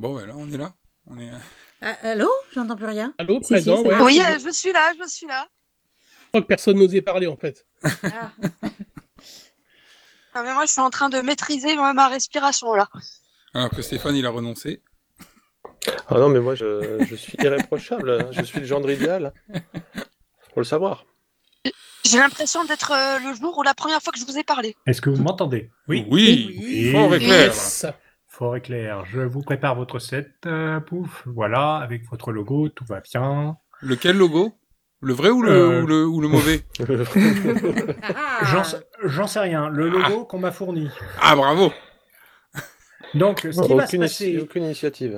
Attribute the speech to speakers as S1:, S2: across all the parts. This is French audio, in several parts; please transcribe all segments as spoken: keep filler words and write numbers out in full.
S1: Bon, ouais, là, on est là. On est...
S2: Ah, allô? J'entends plus rien.
S3: Allô,
S2: Si,
S3: présent,
S2: si, c'est
S3: ouais.
S2: bon.
S4: Oui, euh, je suis là, je suis là.
S3: Je crois que personne n'osait parler, en fait.
S2: Ah.
S4: Non, mais moi, je suis en train de maîtriser ma, ma respiration, là.
S1: Alors que Stéphane, il a renoncé.
S5: Ah non, mais moi, je, je suis irréprochable. Je suis le gendre idéal. Faut le savoir.
S4: J'ai l'impression d'être euh, le jour ou la première fois que je vous ai parlé.
S6: Est-ce que vous m'entendez?
S1: Oui, oui,
S2: Oui.
S1: fort et clair.
S3: Yes.
S6: Fort et clair. Je vous prépare votre set. euh, pouf, voilà, avec votre logo, tout va bien.
S1: Lequel logo? Le vrai ou le,
S6: Euh,
S1: ou le, ou le mauvais?
S2: Ah.
S6: J'en sais- J'en sais rien. Le logo qu'on m'a fourni.
S1: Ah, bravo.
S6: Donc, ce qui va se
S5: aucune,
S6: passer...
S5: aucune initiative.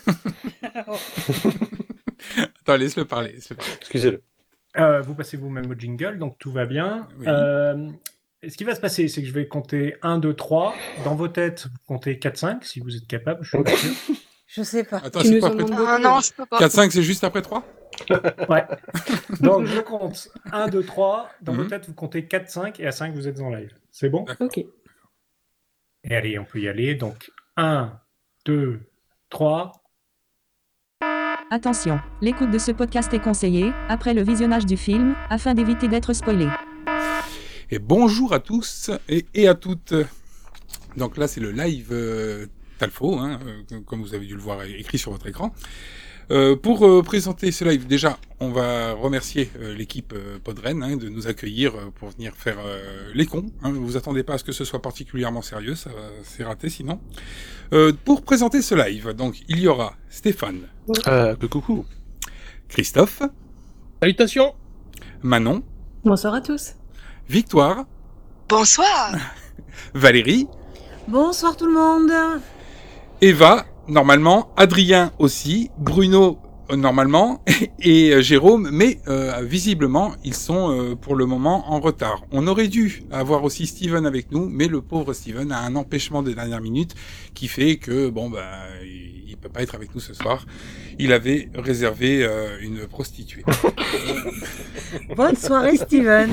S1: Attends, laisse-le parler. Laisse-le parler.
S5: Excusez-le.
S6: Euh, vous passez vous-même au jingle, donc tout va bien.
S1: Oui.
S6: Euh, ce qui va se passer, c'est que je vais compter un, deux, trois. Dans vos têtes, vous comptez quatre, cinq, si vous êtes capable. Je suis pas sûr.
S2: Je sais pas.
S1: Attends,
S2: Tu
S1: c'est
S2: nous
S1: quoi
S2: en
S1: après
S2: demandes
S4: Ah
S2: beaucoup.
S4: non, je peux pas.
S1: quatre cinq, c'est juste après trois?
S6: Ouais. Donc, je compte un, deux, trois. Dans
S1: Mhm.
S6: vos têtes, vous comptez quatre, cinq. Et à cinq, vous êtes en live. C'est bon?
S1: D'accord.
S2: Ok.
S6: Et allez, on peut y aller. Donc, un, deux, trois.
S7: Attention, l'écoute de ce podcast est conseillée, après le visionnage du film, afin d'éviter d'être spoilé.
S1: Et bonjour à tous et, et à toutes. Donc là, c'est le live euh, Talfo, hein, euh, comme vous avez dû le voir écrit sur votre écran. Euh, pour euh, présenter ce live, déjà, on va remercier euh, l'équipe euh, Podren hein, de nous accueillir euh, pour venir faire euh, les cons. Hein. Vous attendez pas à ce que ce soit particulièrement sérieux, ça c'est raté sinon. Euh, pour présenter ce live, donc il y aura Stéphane,
S5: Euh, que coucou.
S1: Christophe,
S3: Salutations.
S1: Manon,
S2: Bonsoir à tous.
S1: Victoire,
S4: Bonsoir.
S1: Valérie,
S2: Bonsoir tout le monde.
S1: Eva, normalement, Adrien aussi, Bruno, euh, normalement, et euh, Jérôme, mais euh, visiblement, ils sont euh, pour le moment en retard. On aurait dû avoir aussi Steven avec nous, mais le pauvre Steven a un empêchement de dernière minute qui fait que, bon, bah, il, il peut pas être avec nous ce soir. Il avait réservé euh, une prostituée.
S2: Bonne soirée Steven.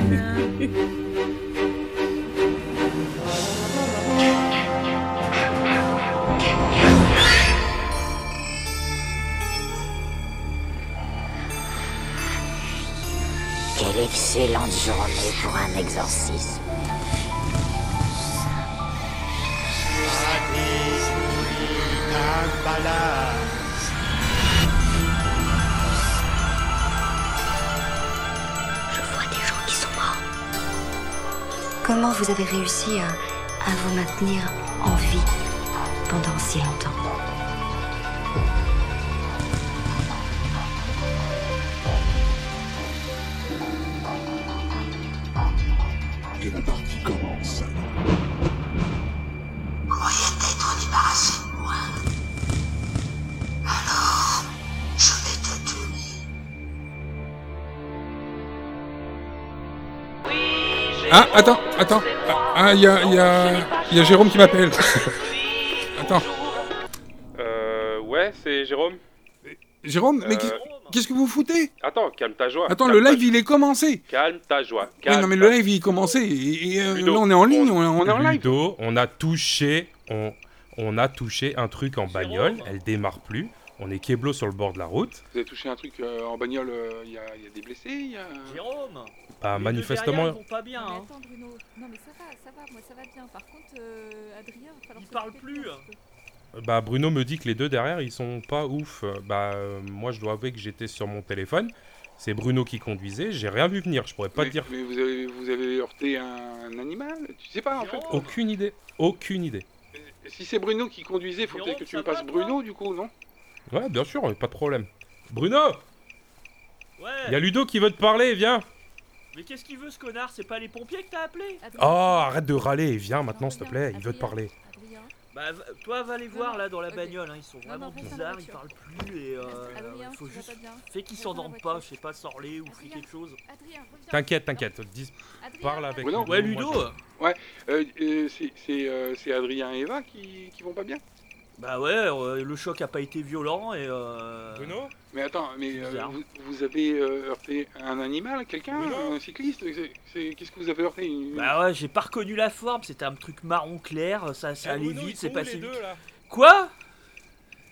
S8: Quelle excellente journée pour un exorcisme.
S9: Je vois des gens qui sont morts. Comment vous avez réussi à, à vous maintenir en vie pendant si longtemps?
S10: Et la partie commence.
S8: Croyez t'être débarrassé de moi. Alors, je vais te tuer.
S1: Ah, attends, attends. Ah, il y a, il y a, il y a Jérôme qui m'appelle. Attends.
S11: Euh, ouais, c'est Jérôme.
S1: Jérôme, mais
S11: Euh,
S1: qu'est- qu'est-ce que vous foutez?
S11: Attends, calme ta joie.
S1: Attends,
S11: calme
S1: le
S11: ta-
S1: live, il est commencé.
S11: Calme ta joie.
S1: Oui,
S11: Calme
S1: non, mais
S11: ta-
S1: le live, il est commencé. Et, et, euh,
S11: Ludo,
S1: là, on est en ligne, on, on est en live.
S11: Ludo, on a touché, on, on a touché un truc en bagnole. Elle démarre plus. On est kéblo sur le bord de la route.
S1: Vous avez touché un truc euh, en bagnole, il y, a des blessés, il y a...
S12: Jérôme
S11: Bah,
S12: les
S11: manifestement.
S12: deux derrière, ils vont pas bien,
S13: Non, mais
S12: hein.
S13: attends Bruno, non mais ça va, ça va, moi ça va bien. Par contre, euh, Adrien, il va falloir
S12: Il
S13: se
S12: parle
S13: taper
S12: plus.
S13: un petit peu.
S11: Bah, Bruno me dit que les deux derrière, ils sont pas ouf. Bah, euh, moi, je dois avouer que j'étais sur mon téléphone. C'est Bruno qui conduisait. J'ai rien vu venir. Je pourrais pas
S1: mais,
S11: te dire.
S1: Mais vous avez, vous avez heurté un animal? Tu sais pas, en fait.
S11: Aucune idée. Aucune idée.
S1: Si c'est Bruno qui conduisait, il faut
S12: Jérôme,
S1: peut-être que tu
S12: ça
S1: me passes
S12: va, toi
S1: Bruno, du coup, non?
S11: Ouais, bien sûr, pas de problème. Bruno,
S12: Ouais.
S11: il y a Ludo qui veut te parler. Viens.
S12: Mais qu'est-ce qu'il veut ce connard? C'est pas les pompiers que t'as appelé?
S13: Adrien,
S11: Oh, arrête de râler. Viens maintenant,
S13: non,
S11: s'il te
S13: Adrien,
S11: plaît. Il veut te
S13: Adrien,
S11: parler.
S13: Adrien,
S12: Bah va- toi va les
S13: Non,
S12: voir
S13: non,
S12: là dans la
S13: ok.
S12: bagnole, hein. Ils sont
S13: Non,
S12: vraiment
S13: non, reste dans la
S12: bizarres, ils
S13: voiture.
S12: parlent plus et euh,
S13: Adrien,
S12: il faut
S13: tu vas
S12: juste
S13: pas bien.
S12: fait qu'ils
S13: Reste dans la
S12: s'endorment pas,
S13: voiture.
S12: je sais pas, s'enrler ou fait
S13: Adrien,
S12: quelque chose.
S13: Adrien, reviens.
S11: T'inquiète, t'inquiète. Dis,
S13: Adrien,
S11: parle avec
S1: Bruno.
S11: Ludo.
S12: Ouais
S11: moi,
S12: Ludo.
S11: je-
S1: Euh, euh, c'est c'est, euh, c'est Adrien et Eva qui, qui vont pas bien?
S12: Bah ouais, euh, le choc a pas été violent et euh...
S11: Bruno.
S1: Mais attends, mais euh,
S12: Bizarre.
S1: vous, vous avez euh, heurté un animal, quelqu'un,
S11: Bruno.
S1: un cycliste? c'est- c'est- Qu'est-ce que vous avez heurté? une-
S12: Bah ouais, j'ai pas reconnu la forme, c'était un truc marron clair, ça, ça
S11: Eh,
S12: allait
S11: Bruno, ils
S12: vite,
S11: sont
S12: c'est
S11: où,
S12: passé
S11: les
S12: vite.
S11: deux, là
S12: Quoi?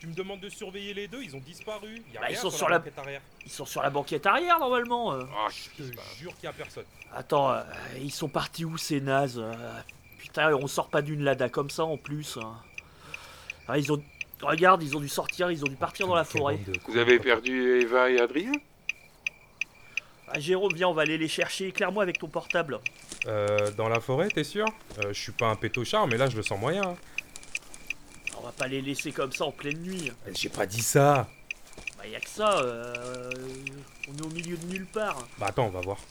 S11: Tu me demandes de surveiller les deux, ils ont disparu. Y a
S12: Bah,
S11: rien
S12: ils sont
S11: sur,
S12: sur
S11: la
S12: la-
S11: banquette arrière.
S12: Ils sont sur la banquette arrière normalement. euh.
S11: Ah, je te jure qu'il y a personne.
S12: Attends, euh, ils sont partis où ces nazes euh, Putain, on sort pas d'une lada comme ça en plus. hein. Ah, ils ont... Regarde, ils ont dû sortir, ils ont dû partir dans la forêt.
S1: Vous avez perdu Eva et Adrien?
S12: Ah, Jérôme, viens, on va aller les chercher. Éclaire-moi avec ton portable.
S11: Euh, dans la forêt, t'es sûr? euh, Je suis pas un pétochard, mais là je le sens moyen. hein.
S12: On va pas les laisser comme ça en pleine nuit.
S11: Euh, J'ai pas dit ça.
S12: Bah y'a que ça, euh... on est au milieu de nulle part.
S11: Bah attends, on va voir.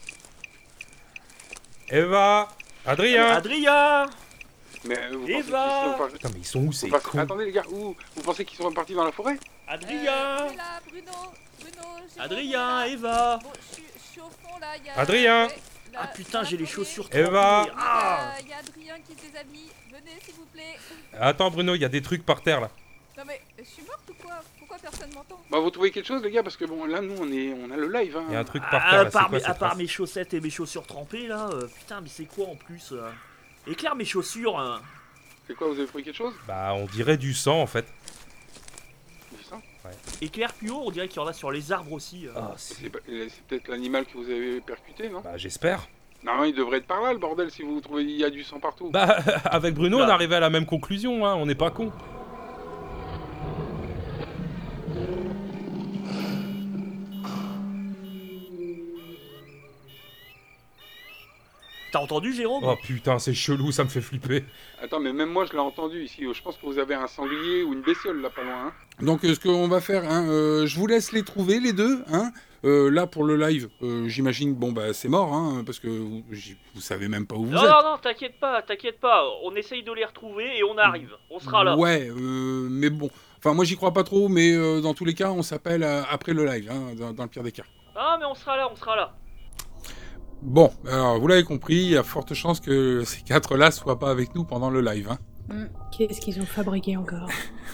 S11: Eva, Adrien.
S12: Adrien.
S1: Mais euh, vous
S12: Eva
S1: pensez qu'ils sont pas-
S11: Putain, mais ils sont où ces
S1: Faut pas-
S11: cons?
S1: Attendez les gars, où vous pensez qu'ils sont repartis dans la forêt?
S12: Adrien.
S13: Euh, c'est là, Bruno, Bruno, Jérôme,
S12: Adrien,
S13: là.
S12: Eva.
S13: Bon, je suis- je suis au fond là, il y a...
S11: Adrien.
S13: ouais, là,
S12: Ah putain,
S13: dans la
S12: j'ai les
S13: forêt.
S12: chaussures
S11: Eva.
S12: trempées. Ah.
S13: Il y a Adrien qui se déshabille. Venez s'il vous plaît.
S11: Attends Bruno, il y a des trucs par terre là.
S13: Non mais, je suis morte ou quoi? Pourquoi personne m'entend?
S1: Bah vous trouvez quelque chose les gars, parce que bon là nous on est on a le live hein.
S11: Il y a un truc par
S12: Ah,
S11: terre
S12: à
S11: là, c'est
S12: part,
S11: quoi
S12: mes, à
S11: cette
S12: part
S11: trace?
S12: mes chaussettes et mes chaussures trempées là, euh, putain mais c'est quoi en plus euh Éclaire mes chaussures hein.
S1: C'est quoi, vous avez trouvé quelque chose?
S11: Bah on dirait du sang en fait.
S1: Du sang?
S12: Éclaire plus haut, on dirait qu'il y en a sur les arbres aussi. euh.
S11: Ah,
S1: C'est pas- c'est peut-être l'animal que vous avez percuté, non?
S11: Bah j'espère.
S1: Non, il devrait être par là le bordel si vous trouvez il y a du sang partout.
S11: Bah avec Bruno on est arrivé à la même conclusion, hein, on n'est pas con.
S12: T'as entendu Jérôme?
S11: Oh putain c'est chelou, ça me fait flipper.
S1: Attends, mais même moi je l'ai entendu ici. Je pense que vous avez un sanglier ou une bestiole là pas loin. Hein. Donc euh, ce qu'on va faire, hein, euh, je vous laisse les trouver les deux. Hein. Euh, là pour le live, euh, j'imagine bon bah c'est mort, hein, parce que vous, j- vous savez même pas où vous
S12: Non
S1: êtes.
S12: non non, t'inquiète pas, t'inquiète pas, on essaye de les retrouver et on arrive, on sera là.
S1: Ouais, euh, mais bon. Enfin moi j'y crois pas trop, mais euh, dans tous les cas on s'appelle euh, après le live, hein, dans, dans le pire des cas.
S12: Ah mais on sera là, on sera là.
S1: Bon, alors vous l'avez compris, il y a forte chance que ces quatre-là soient pas avec nous pendant le live. Hein.
S2: Mm. Qu'est-ce qu'ils ont fabriqué encore?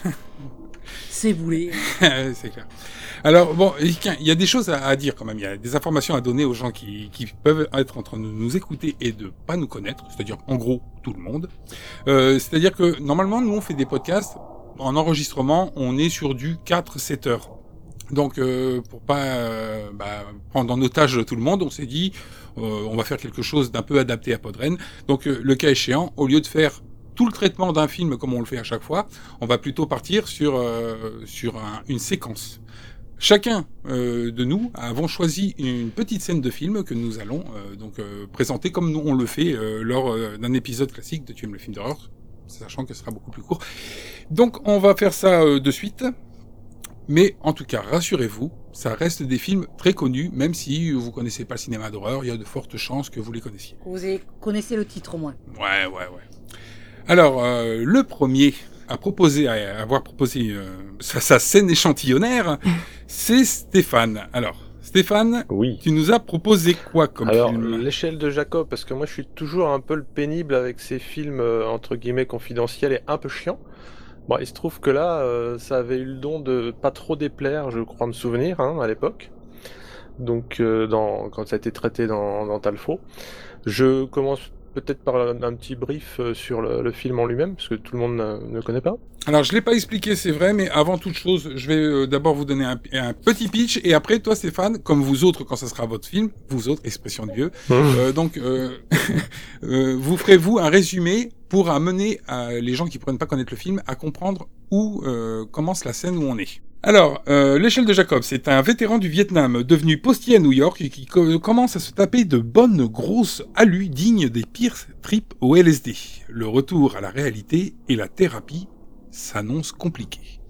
S2: C'est boulé.
S1: C'est clair. Alors, bon, il y a des choses à, à dire quand même. Il y a des informations à donner aux gens qui, qui peuvent être en train de nous écouter et de pas nous connaître. C'est-à-dire, en gros, tout le monde. Euh, c'est-à-dire que, normalement, nous, on fait des podcasts. En enregistrement, on est sur du quatre à sept heures. Donc, euh, pour pas euh, bah, prendre en otage tout le monde, on s'est dit, euh, on va faire quelque chose d'un peu adapté à Podren. Donc, euh, le cas échéant, au lieu de faire tout le traitement d'un film comme on le fait à chaque fois, on va plutôt partir sur euh, sur un, une séquence. Chacun euh, de nous avons choisi une petite scène de film que nous allons euh, donc euh, présenter comme nous on le fait euh, lors euh, d'un épisode classique de Tu aimes le film d'horreur, sachant que ce sera beaucoup plus court. Donc on va faire ça euh, de suite. Mais en tout cas, rassurez-vous, ça reste des films très connus, même si vous connaissez pas le cinéma d'horreur, il y a de fortes chances que vous les connaissiez.
S2: Vous avez- connaissez le titre au moins.
S1: Ouais, ouais, ouais. Alors, euh, le premier à proposer, à avoir proposé euh, sa, sa scène échantillonnaire, c'est Stéphane. Alors, Stéphane,
S5: oui.
S1: Tu nous as proposé quoi comme
S5: Alors,
S1: film?
S5: l'échelle de Jacob, parce que moi je suis toujours un peu le pénible avec ces films euh, entre guillemets confidentiels et un peu chiants. Bon, il se trouve que là, euh, ça avait eu le don de pas trop déplaire, je crois me souvenir, hein, à l'époque. Donc, euh, dans, quand ça a été traité dans, dans Talfo. Je commence peut-être par un, un petit brief euh, sur le, le film en lui-même, parce que tout le monde ne, ne connaît pas.
S1: Alors, je l'ai pas expliqué, c'est vrai, mais avant toute chose, je vais euh, d'abord vous donner un, un petit pitch, et après, toi, Stéphane, comme vous autres, quand ça sera votre film, vous autres, expression de vieux, euh, donc, euh, euh, vous ferez, vous, un résumé pour amener à les gens qui pourraient ne pas connaître le film à comprendre où euh, commence la scène où on est. Alors, euh, l'échelle de Jacob, c'est un vétéran du Vietnam devenu postier à New York et qui co- commence à se taper de bonnes grosses alus dignes des pires trips au L S D. Le retour à la réalité et la thérapie s'annoncent compliqués.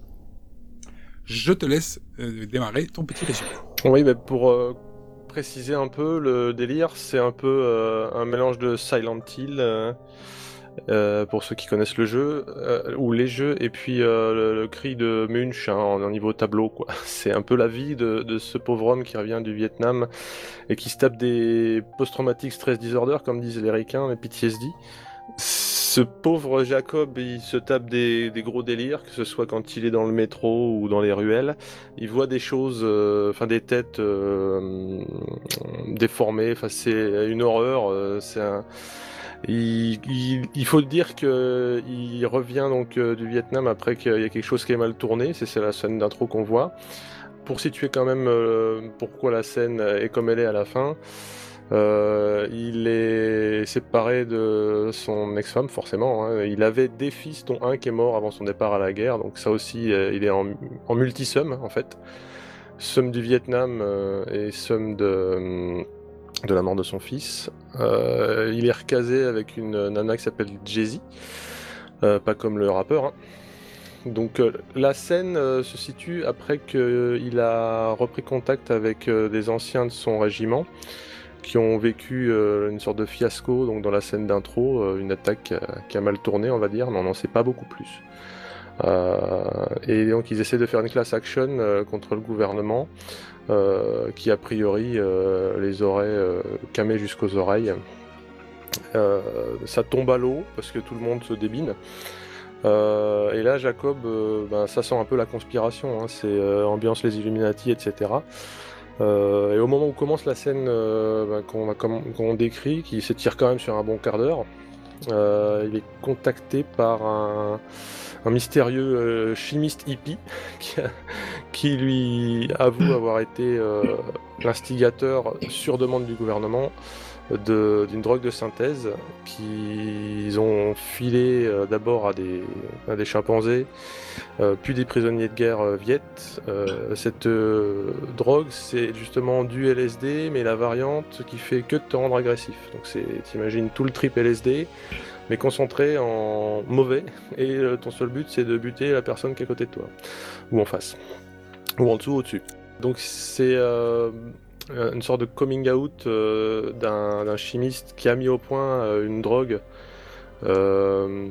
S1: Je te laisse euh, démarrer ton petit résumé.
S5: Oui, bah pour euh, préciser un peu, le délire, c'est un peu euh, un mélange de Silent Hill, euh, euh, pour ceux qui connaissent le jeu, euh, ou les jeux, et puis euh, le, le cri de Munch, hein, en, en niveau tableau, quoi. C'est un peu la vie de, de ce pauvre homme qui revient du Vietnam et qui se tape des post-traumatic stress disorder, comme disent les ricains, les P T S D. Ce pauvre Jacob, il se tape des, des gros délires, que ce soit quand il est dans le métro ou dans les ruelles. Il voit des choses, euh, enfin des têtes euh, déformées. Enfin, c'est une horreur. Euh, c'est un... Il, il, il faut dire qu'il revient donc euh, du Vietnam après qu'il y a quelque chose qui est mal tourné, c'est, c'est la scène d'intro qu'on voit. Pour situer quand même euh, pourquoi la scène est comme elle est à la fin, euh, il est séparé de son ex-femme forcément, hein. Il avait des fils dont un qui est mort avant son départ à la guerre, donc ça aussi euh, il est en, en multi-somme en fait. Somme du Vietnam euh, et somme de... de la mort de son fils. Euh, il est recasé avec une nana qui s'appelle Jay-Z, euh, pas comme le rappeur. Hein. Donc euh, la scène euh, se situe après qu'il a repris contact avec euh, des anciens de son régiment qui ont vécu euh, une sorte de fiasco donc dans la scène d'intro, euh, une attaque qui a, qui a mal tourné on va dire, mais on n'en sait pas beaucoup plus. Euh, et donc ils essaient de faire une class action euh, contre le gouvernement. Euh, qui a priori euh, les aurait euh, camés jusqu'aux oreilles. Euh, ça tombe à l'eau parce que tout le monde se débine. Euh, et là, Jacob, euh, ben, ça sent un peu la conspiration. Hein, c'est euh, ambiance les Illuminati, et cetera. Euh, et au moment où commence la scène euh, ben, qu'on, qu'on décrit, qui s'étire quand même sur un bon quart d'heure, euh, il est contacté par un. un mystérieux euh, chimiste hippie qui, a, qui lui avoue avoir été euh, l'instigateur sur demande du gouvernement de, d'une drogue de synthèse qu'ils ont filé euh, d'abord à des, à des chimpanzés, euh, puis des prisonniers de guerre euh, viettes. Euh, cette euh, drogue, c'est justement du L S D, mais la variante qui fait que de te rendre agressif. Donc c'est, t'imagines tout le trip L S D, mais concentré en mauvais, et euh, ton seul but c'est de buter la personne qui est à côté de toi, ou en face, ou en dessous, ou au-dessus. Donc c'est euh, une sorte de coming out euh, d'un, d'un chimiste qui a mis au point euh, une drogue euh,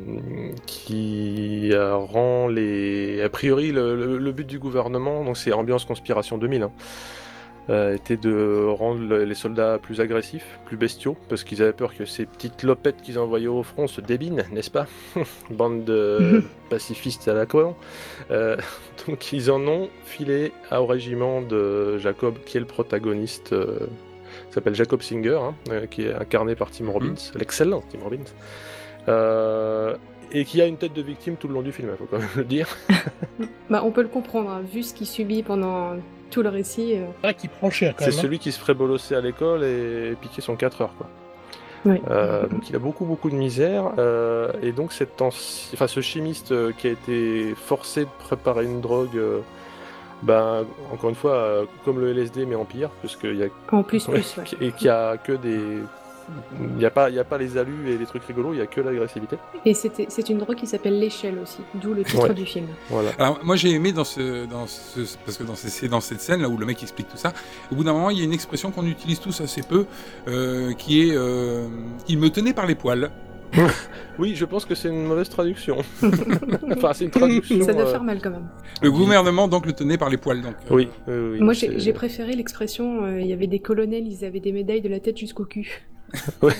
S5: qui euh, rend les... A priori le, le, le but du gouvernement, donc c'est ambiance conspiration deux mille, hein, Euh, était de rendre le, les soldats plus agressifs, plus bestiaux, parce qu'ils avaient peur que ces petites lopettes qu'ils envoyaient au front se débinent, n'est-ce pas? Bande de pacifistes à la con. Euh, donc ils en ont filé au régiment de Jacob, qui est le protagoniste, euh, s'appelle Jacob Singer, hein, euh, qui est incarné par Tim Robbins, mmh. l'excellent Tim Robbins. Euh, et qui a une tête de victime tout le long du film, il faut quand même le dire.
S2: Bah, on peut le comprendre, hein, vu ce qu'il subit pendant tout le récit. Euh...
S3: Ah, qui prend cher quand
S5: C'est
S3: même.
S5: celui hein. qui se ferait bolosser à l'école et piquer son quatre heures, quoi.
S2: Oui.
S5: Euh, donc il a beaucoup beaucoup de misère, euh, et donc cet anci... enfin, ce chimiste euh, qui a été forcé de préparer une drogue, euh, ben, encore une fois, euh, comme le L S D mais en pire, parce qu'il y a...
S2: En plus,
S5: ouais,
S2: plus, ouais.
S5: Et qu'il y a que des... Il n'y a, a pas les alus et les trucs rigolos, il n'y a que l'agressivité.
S2: Et c'était, c'est une drogue qui s'appelle l'échelle aussi, d'où le titre
S5: ouais.
S2: du film.
S5: Voilà.
S1: Alors moi j'ai aimé dans ce, dans ce, parce que dans c'est dans cette scène là où le mec explique tout ça, au bout d'un moment il y a une expression qu'on utilise tous assez peu, euh, qui est euh, il me tenait par les poils.
S5: Oui, je pense que c'est une mauvaise traduction. Enfin, c'est une traduction.
S2: Ça doit
S5: euh...
S2: faire mal quand même.
S1: Le gouvernement donc le tenait par les poils donc. Euh...
S5: Oui, oui, oui.
S2: Moi j'ai, j'ai préféré l'expression. Il euh, y avait des colonels, ils avaient des médailles de la tête jusqu'au cul.
S5: Ouais.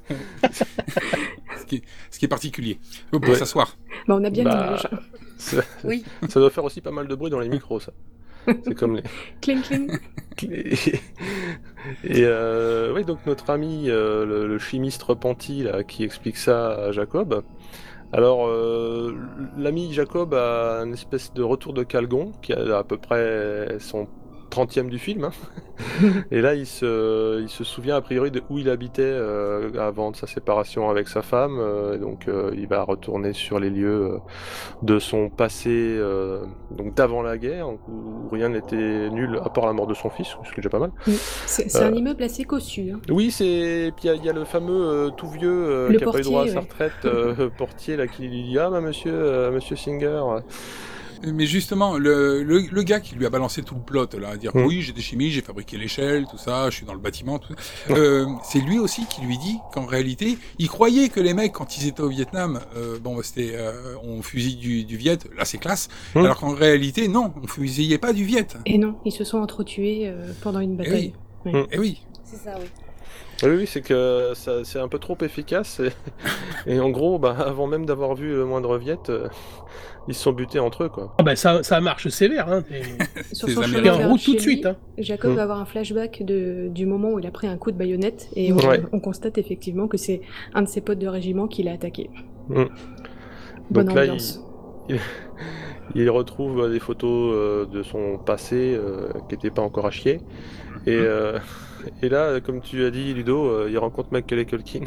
S1: ce, qui est, ce qui est particulier. Pour ouais. s'asseoir.
S2: Bah, on a bien
S5: bah,
S2: l'image.
S5: Ça...
S2: Oui.
S5: Ça doit faire aussi pas mal de bruit dans les micros, ça. C'est comme les.
S2: Cling cling.
S5: Et, et euh, oui, donc notre ami, euh, le, le chimiste repenti, là, qui explique ça à Jacob. Alors, euh, l'ami Jacob a une espèce de retour de Calgon, qui a à peu près son trentième du film, hein. Et là il se, il se souvient a priori de où il habitait euh, avant de sa séparation avec sa femme, euh, et donc euh, il va retourner sur les lieux euh, de son passé, euh, donc d'avant la guerre, où rien n'était nul à part la mort de son fils, ce qui est déjà pas mal.
S2: C'est, c'est euh, un immeuble assez cossu. Hein.
S5: Oui, c'est, puis il y, y a le fameux euh, tout vieux euh, qui n'a pas eu droit à ouais. sa retraite, euh, portier là qui lui dit ah bah monsieur, euh, monsieur Singer.
S1: Mais justement, le, le, le gars qui lui a balancé tout le plot, là, à dire mmh. oui, j'ai des chimies, j'ai fabriqué l'échelle, tout ça, je suis dans le bâtiment, tout ça. Euh, c'est lui aussi qui lui dit qu'en réalité, il croyait que les mecs, quand ils étaient au Vietnam, euh, bon, c'était, euh, on fusille du, du Viet, là c'est classe, mmh. alors qu'en réalité, non, on fusillait pas du Viet.
S2: Et non, ils se sont entretués euh, pendant une bataille.
S1: Et oui.
S2: Ouais.
S1: Et oui.
S13: C'est ça, oui.
S5: Oui, oui, c'est que ça, c'est un peu trop efficace. Et, et en gros, bah, avant même d'avoir vu le moindre viette, euh, ils se sont butés entre eux, quoi.
S3: Ah bah ça, ça marche sévère, hein.
S2: Sur
S3: T'es
S2: son chemin
S3: T'es en
S2: vers
S3: route tout
S2: chez
S3: de suite,
S2: lui,
S3: hein.
S2: Jacob
S5: Mm.
S2: va avoir un flashback de, du moment où il a pris un coup de baïonnette et on,
S5: Ouais.
S2: on constate effectivement que c'est un de ses potes de régiment qui l'a attaqué.
S5: Mm.
S2: Bonne
S5: Donc là, il,
S2: ambiance.
S5: il, il retrouve euh, des photos euh, de son passé euh, qui n'étaient pas encore à chier. Et, euh, et là, comme tu as dit, Ludo, euh, il rencontre Macaulay Culkin.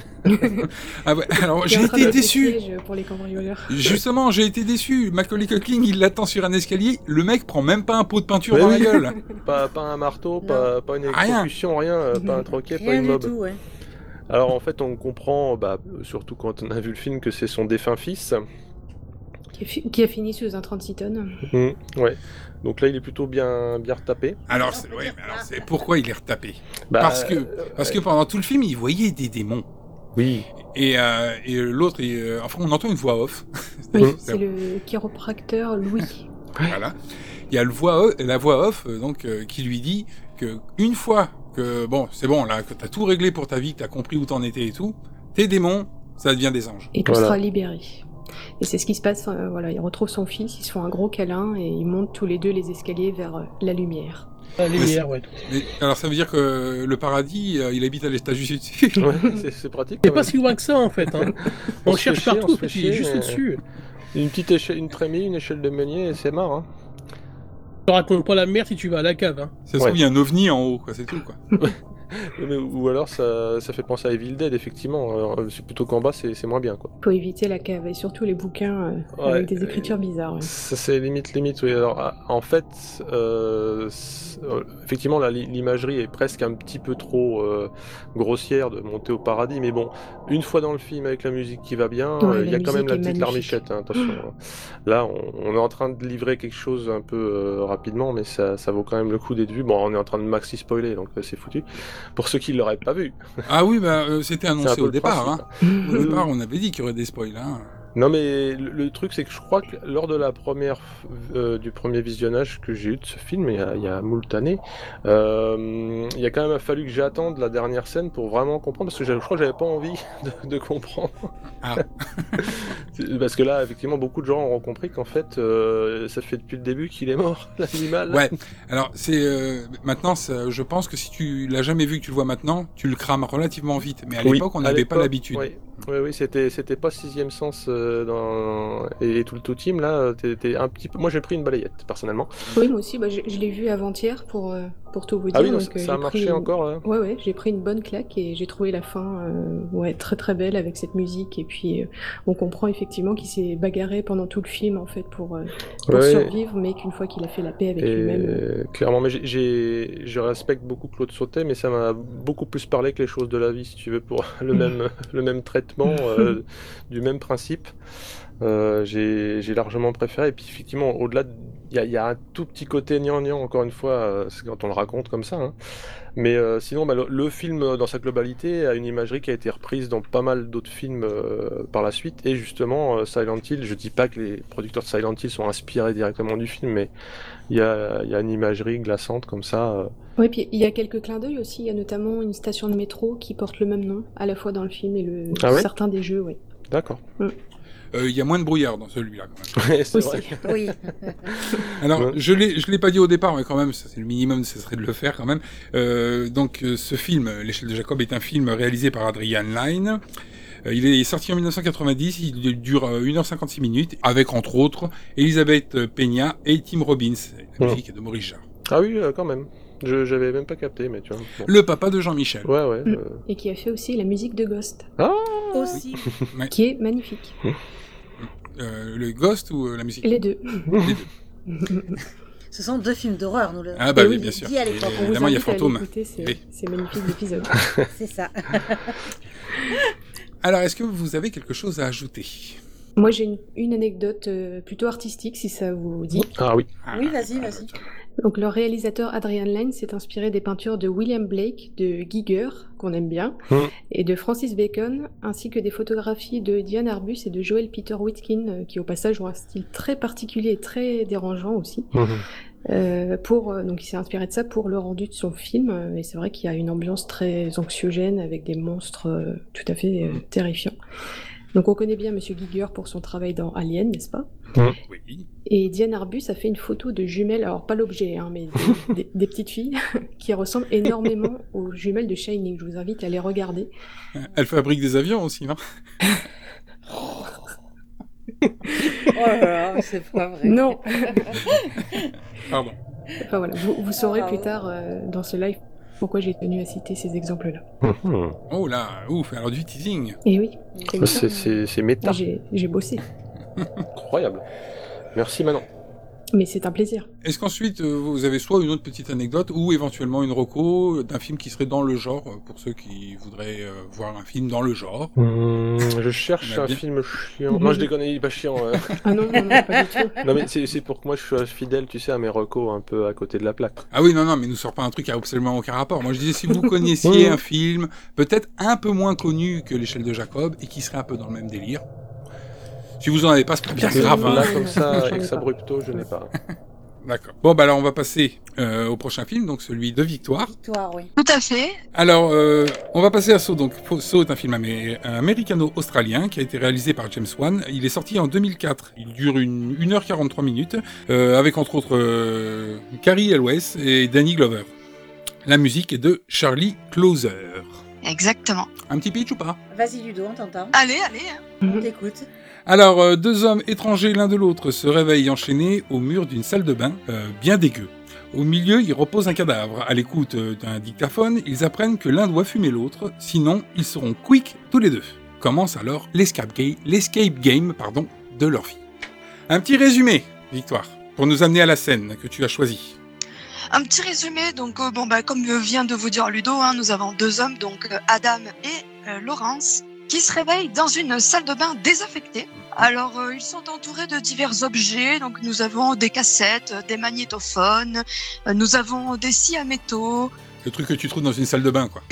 S1: Ah ouais, alors
S2: Qui est
S1: j'ai
S2: en train
S1: été
S2: d'être
S1: déçu.
S2: piège pour les cambrioleurs.
S1: Justement, j'ai été déçu. Macaulay Culkin, il l'attend sur un escalier. Le mec prend même pas un pot de peinture
S5: Mais
S1: dans
S5: oui.
S1: la gueule.
S5: Pas, pas un marteau, pas, pas une
S1: Rien.
S5: électrocution, rien, euh, pas un troquet, pas
S14: Rien
S5: une
S14: du
S5: mob.
S14: tout, ouais.
S5: Alors en fait, on comprend, bah, surtout quand on a vu le film, que c'est son défunt fils.
S2: Qui a, fi- qui a fini sous un trente-six tonnes.
S5: Mmh, ouais. Donc là, il est plutôt bien, bien retapé.
S1: Alors, c'est, ouais, mais alors c'est pourquoi il est retapé.
S5: Bah,
S1: parce que,
S5: euh,
S1: parce
S5: ouais.
S1: que pendant tout le film, il voyait des démons.
S5: Oui.
S1: Et, euh, et l'autre, il, euh, enfin, on entend une voix off.
S2: Oui, c'est le chiropracteur Louis.
S1: Voilà. Il y a le voix off, la voix off, euh, donc, euh, qui lui dit que une fois que, bon, c'est bon, là, que t'as tout réglé pour ta vie, que t'as compris où t'en étais et tout, tes démons, ça devient des anges.
S2: Et tu seras libéré. Et c'est ce qui se passe, euh, voilà, il retrouve son fils, ils se font un gros câlin et ils montent tous les deux les escaliers vers euh, la lumière.
S3: La
S1: Mais
S3: lumière,
S1: c'est-
S3: ouais.
S1: mais alors ça veut dire que le paradis, euh, il habite à l'étage du dessus.
S5: Ouais, c'est, c'est pratique.
S3: C'est
S5: quand
S3: pas
S5: même.
S3: si loin que ça, en fait, hein. On,
S5: se fait
S3: cherche
S5: chier,
S3: partout,
S5: on
S3: en
S5: se fait
S3: fait, il est
S5: chier,
S3: juste
S5: mais-
S3: au-dessus.
S5: Une petite échelle, une trémie, une échelle de meunier, et c'est marrant. Hein.
S3: Je te raconte pas la merde si tu vas à la cave, hein.
S1: Ça se trouve, il y a un ovni en haut, quoi, c'est tout, quoi.
S5: Mais- ou alors ça, ça fait penser à Evil Dead, effectivement. Alors, c'est plutôt qu'en bas, c'est, c'est moins bien, quoi.
S2: Faut éviter la cave et surtout les bouquins euh,
S5: Ouais,
S2: avec des écritures bizarres. ouais.
S5: Ça, c'est limite, limite, oui. Alors, ah, en fait, euh, c'est- euh, effectivement, là, l'i- l'imagerie est presque un petit peu trop euh, grossière de monter au paradis, mais bon, une fois dans le film avec la musique qui va bien,
S2: Ouais,
S5: euh, il y
S2: la
S5: a quand même
S2: musique
S5: la
S2: est
S5: petite
S2: magnifique.
S5: larmichette, hein, attention. hein. Là, on, on est en train de livrer quelque chose un peu euh, rapidement, mais ça, ça vaut quand même le coup d'être vu. Bon, on est en train de maxi spoiler, donc euh, c'est foutu. Pour ceux qui l'auraient pas vu.
S1: Ah oui, bah, euh, c'était
S5: C'est un
S1: annoncé
S5: peu
S1: au
S5: le
S1: départ.
S5: principe.
S1: Hein. Au
S5: Oui,
S1: départ,
S5: oui.
S1: on avait dit qu'il y aurait des spoils. Hein.
S5: Non mais le, le truc c'est que je crois que lors de la première euh, du premier visionnage que j'ai eu de ce film il y a, il y a moult années, euh, il y a quand même fallu que j'attende la dernière scène pour vraiment comprendre parce que je, je crois que j'avais pas envie de, de comprendre.
S1: Ah.
S5: C'est- parce que là effectivement beaucoup de gens ont compris qu'en fait euh, ça fait depuis le début qu'il est mort l'animal.
S1: Ouais. Alors c'est euh, maintenant, ça, je pense que si tu l'as jamais vu, que tu le vois maintenant, tu le crames relativement vite. Mais à
S5: Oui,
S1: l'époque, on
S5: à
S1: n'avait pas
S5: l'époque,
S1: l'habitude.
S5: Oui, oui, oui, c'était c'était pas sixième sens euh, dans et, et tout le tout team là. T'es un petit peu. Moi j'ai pris une balayette personnellement.
S2: Oui, moi aussi, bah, je, je l'ai vu avant-hier pour, euh, pour tout vous dire.
S5: Ah oui, donc
S2: donc, euh,
S5: ça a
S2: j'ai
S5: marché
S2: pris-
S5: encore, là
S2: Ouais, ouais, j'ai pris une bonne claque et j'ai trouvé la fin euh, ouais, très très belle avec cette musique. Et puis euh, on comprend effectivement qu'il s'est bagarré pendant tout le film en fait pour, euh, pour
S5: Ouais.
S2: survivre, mais qu'une fois qu'il a fait la paix avec
S5: Et
S2: lui-même. euh,
S5: clairement, mais j'ai- j'ai, je respecte beaucoup Claude Sautet, mais ça m'a beaucoup plus parlé que les choses de la vie, si tu veux, pour le même, le même traitement, euh, du même principe. Euh, j'ai j'ai largement préféré. Et puis effectivement, au-delà, il y, a- il y a un tout petit côté gnangnan, encore une fois, euh, c'est quand on le raconte comme ça. hein. Mais euh, sinon, bah, le, le film euh, dans sa globalité a une imagerie qui a été reprise dans pas mal d'autres films euh, par la suite. Et justement, euh, Silent Hill, je dis pas que les producteurs de Silent Hill sont inspirés directement du film, mais il y a, il y a une imagerie glaçante comme ça. euh.
S2: Ouais, puis il y a quelques clins d'œil aussi. Il y a notamment une station de métro qui porte le même nom, à la fois dans le film et le
S5: Ah ouais
S2: certains des jeux, ouais.
S5: D'accord.
S2: Mm.
S1: Euh, Il y a moins de brouillard dans celui-là. Quand même.
S5: Ouais, c'est
S2: Aussi.
S5: vrai.
S14: Oui.
S1: Alors,
S5: Ouais.
S1: je l'ai, je l'ai pas dit au départ, mais quand même, ça, c'est le minimum, ce serait de le faire quand même. Euh, donc, euh, ce film, L'échelle de Jacob, est un film réalisé par Adrian Lyne. Euh, il est sorti en dix-neuf cent quatre-vingt-dix, il dure euh, une heure cinquante-six minutes, avec entre autres Elisabeth Peña et Tim Robbins. La
S5: Ouais.
S1: musique est de Maurice Jarre.
S5: Ah oui, euh, quand même. Je j'avais même pas capté, mais tu vois. bon.
S1: Le papa de Jean-Michel.
S5: Ouais, ouais.
S2: Mm.
S5: euh.
S2: Et qui a fait aussi la musique de Ghost,
S5: Ah
S14: Aussi.
S1: Ouais.
S2: qui est magnifique.
S1: Euh, le Ghost ou euh, la musique
S2: Les deux.
S1: Les deux.
S14: Ce sont deux films d'horreur, nous le
S1: Ah bah
S2: Et
S1: oui,
S2: oui,
S1: bien sûr.
S14: dit à l'époque.
S1: Et
S2: On vous
S1: évidemment, il y a
S2: invite à
S1: Fantôme.
S2: l'écouter, c'est
S1: Oui.
S2: c'est magnifique l'épisode.
S14: C'est ça.
S1: Alors, est-ce que vous avez quelque chose à ajouter?
S2: Moi j'ai une, une anecdote euh, plutôt artistique si ça vous dit.
S5: Ah oui.
S14: Oui, vas-y, vas-y.
S2: Donc le réalisateur Adrian Lyne s'est inspiré des peintures de William Blake, de Giger, qu'on aime bien,
S5: Mm.
S2: et de Francis Bacon, ainsi que des photographies de Diane Arbus et de Joel Peter Witkin, euh, qui au passage ont un style très particulier et très dérangeant aussi.
S5: Mhm.
S2: Euh, pour, euh, donc il s'est inspiré de ça pour le rendu de son film, euh, et c'est vrai qu'il y a une ambiance très anxiogène avec des monstres euh, tout à fait euh, terrifiants. Donc on connaît bien Monsieur Giger pour son travail dans Alien, n'est-ce pas?
S1: Oui.
S2: Et Diane Arbus a fait une photo de jumelles, alors pas l'objet, hein, mais des, des- des petites filles qui ressemblent énormément aux jumelles de Shining. Je vous invite à les regarder.
S1: Elle fabrique des avions aussi, non?
S14: Oh là là, mais c'est pas vrai.
S2: Non.
S1: Pardon.
S2: Enfin voilà, vous, vous saurez
S14: Ah,
S2: plus
S14: ouais.
S2: tard euh, dans ce live pourquoi j'ai tenu à citer ces exemples-là.
S1: Oh là, ouf, alors du teasing.
S2: Et oui, comme
S5: C'est-
S2: ça,
S5: C'est c'est méta.
S2: j'ai j'ai bossé.
S5: Incroyable. Merci Manon.
S2: Mais c'est un plaisir.
S1: Est-ce qu'ensuite, euh, vous avez soit une autre petite anecdote, ou éventuellement une reco d'un film qui serait dans le genre, euh, pour ceux qui voudraient euh, voir un film dans le genre?
S5: Hum, je cherche
S1: On a
S5: un
S1: bien-
S5: film chiant. Non, je déconne, il est pas chiant. euh.
S2: Ah non, non, non, pas du tout.
S5: Non, mais c'est c'est pour que moi je sois fidèle, tu sais, à mes recos un peu à côté de la plaque.
S1: Ah oui, non, non, mais nous sort pas un truc qui a absolument aucun rapport. Moi, je disais, si vous connaissiez un film, peut-être un peu moins connu que L'échelle de Jacob, et qui serait un peu dans le même délire. Si vous en avez pas, c'est pas bien grave. hein.
S5: Là, comme ça,
S2: J'en ai
S5: ex
S2: pas.
S5: abrupto, je n'ai pas.
S1: D'accord. Bon, bah alors on va passer euh, au prochain film, donc celui de Victoire.
S14: Victoire, oui.
S4: Tout à fait.
S1: Alors, euh, on va passer à Saw. Donc, Saw est un film amé- américano-australien qui a été réalisé par James Wan. Il est sorti en deux mille quatre. Il dure une, une heure quarante-trois minutes, euh, avec entre autres euh, Carrie Elwes et Danny Glover. La musique est de Charlie Closer.
S4: Exactement.
S1: Un petit pitch ou pas?
S14: Vas-y, Ludo, on t'entend.
S4: Allez, allez. hein.
S14: On t'écoute.
S1: Alors, euh, deux hommes étrangers l'un de l'autre se réveillent enchaînés au mur d'une salle de bain, euh, bien dégueu. Au milieu, il repose un cadavre. À l'écoute euh, d'un dictaphone, ils apprennent que l'un doit fumer l'autre, sinon ils seront quick tous les deux. Commence alors l'escape game, l'escape game pardon, de leur vie. Un petit résumé, Victoire, pour nous amener à la scène que tu as choisie.
S4: Un petit résumé, donc euh, bon bah comme vient de vous dire Ludo, hein, nous avons deux hommes, donc euh, Adam et euh, Laurence, qui se réveillent dans une salle de bain désaffectée. Alors euh, ils sont entourés de divers objets, donc nous avons des cassettes, des magnétophones, euh, nous avons des scies à métaux,
S1: Le truc que tu trouves dans une salle de bain, quoi.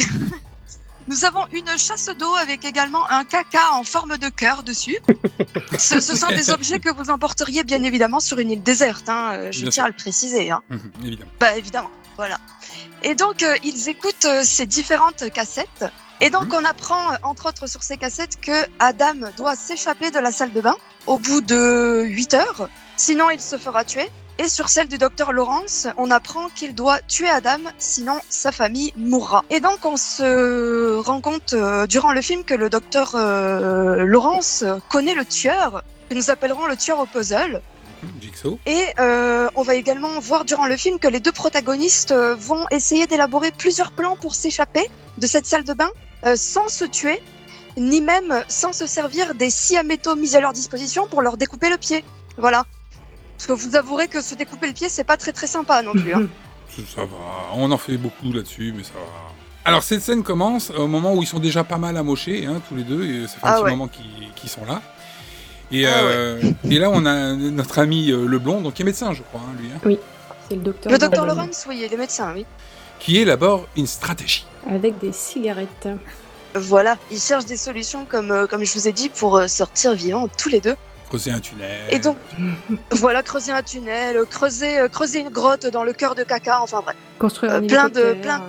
S4: nous avons une chasse d'eau avec également un caca en forme de cœur dessus. ce, ce sont des objets que vous emporteriez bien évidemment sur une île déserte, hein, euh, je
S1: Bien
S4: tiens
S1: sûr.
S4: à le préciser. Hein.
S1: Mhm, évidemment.
S4: Bah évidemment, voilà. Et donc euh, ils écoutent euh, ces différentes cassettes. Et donc on apprend, euh, entre autres sur ces cassettes, que Adam doit s'échapper de la salle de bain au bout de huit heures, sinon il se fera tuer. Et sur celle du docteur Lawrence, on apprend qu'il doit tuer Adam, sinon sa famille mourra. Et donc on se rend compte euh, durant le film que le docteur euh, Lawrence connaît le tueur, que nous appellerons le tueur au puzzle.
S1: Jigsaw.
S4: Et euh, on va également voir durant le film que les deux protagonistes euh, vont essayer d'élaborer plusieurs plans pour s'échapper de cette salle de bain euh, sans se tuer, ni même sans se servir des scies à métaux mis à leur disposition pour leur découper le pied. Voilà. Parce que vous avouerez que se découper le pied, c'est pas très très sympa non plus. Hein.
S1: Ça va, on en fait beaucoup là-dessus, mais ça va. Alors cette scène commence au moment où ils sont déjà pas mal amochés, hein, tous les deux, et ça fait un
S4: Ah
S1: petit
S4: ouais.
S1: moment qu'ils qu'ils sont là. Et,
S4: Ah
S1: euh, et là on a notre ami euh, Leblond, donc qui est médecin je crois, hein, lui, hein,
S2: Oui, c'est le docteur.
S4: Le docteur
S2: Gordon,
S4: Lawrence, oui, les médecins, oui.
S1: qui élabore une stratégie.
S2: avec des cigarettes.
S4: Voilà, ils cherchent des solutions comme, euh, comme je vous ai dit pour euh, sortir vivants tous les deux.
S1: Creuser un tunnel.
S4: Et donc, voilà, creuser un tunnel, euh, creuser, euh, creuser une grotte dans le cœur de caca, enfin bref.
S2: Construire
S4: Euh,
S2: un
S4: plein de-
S2: hélicoptère.
S4: plein-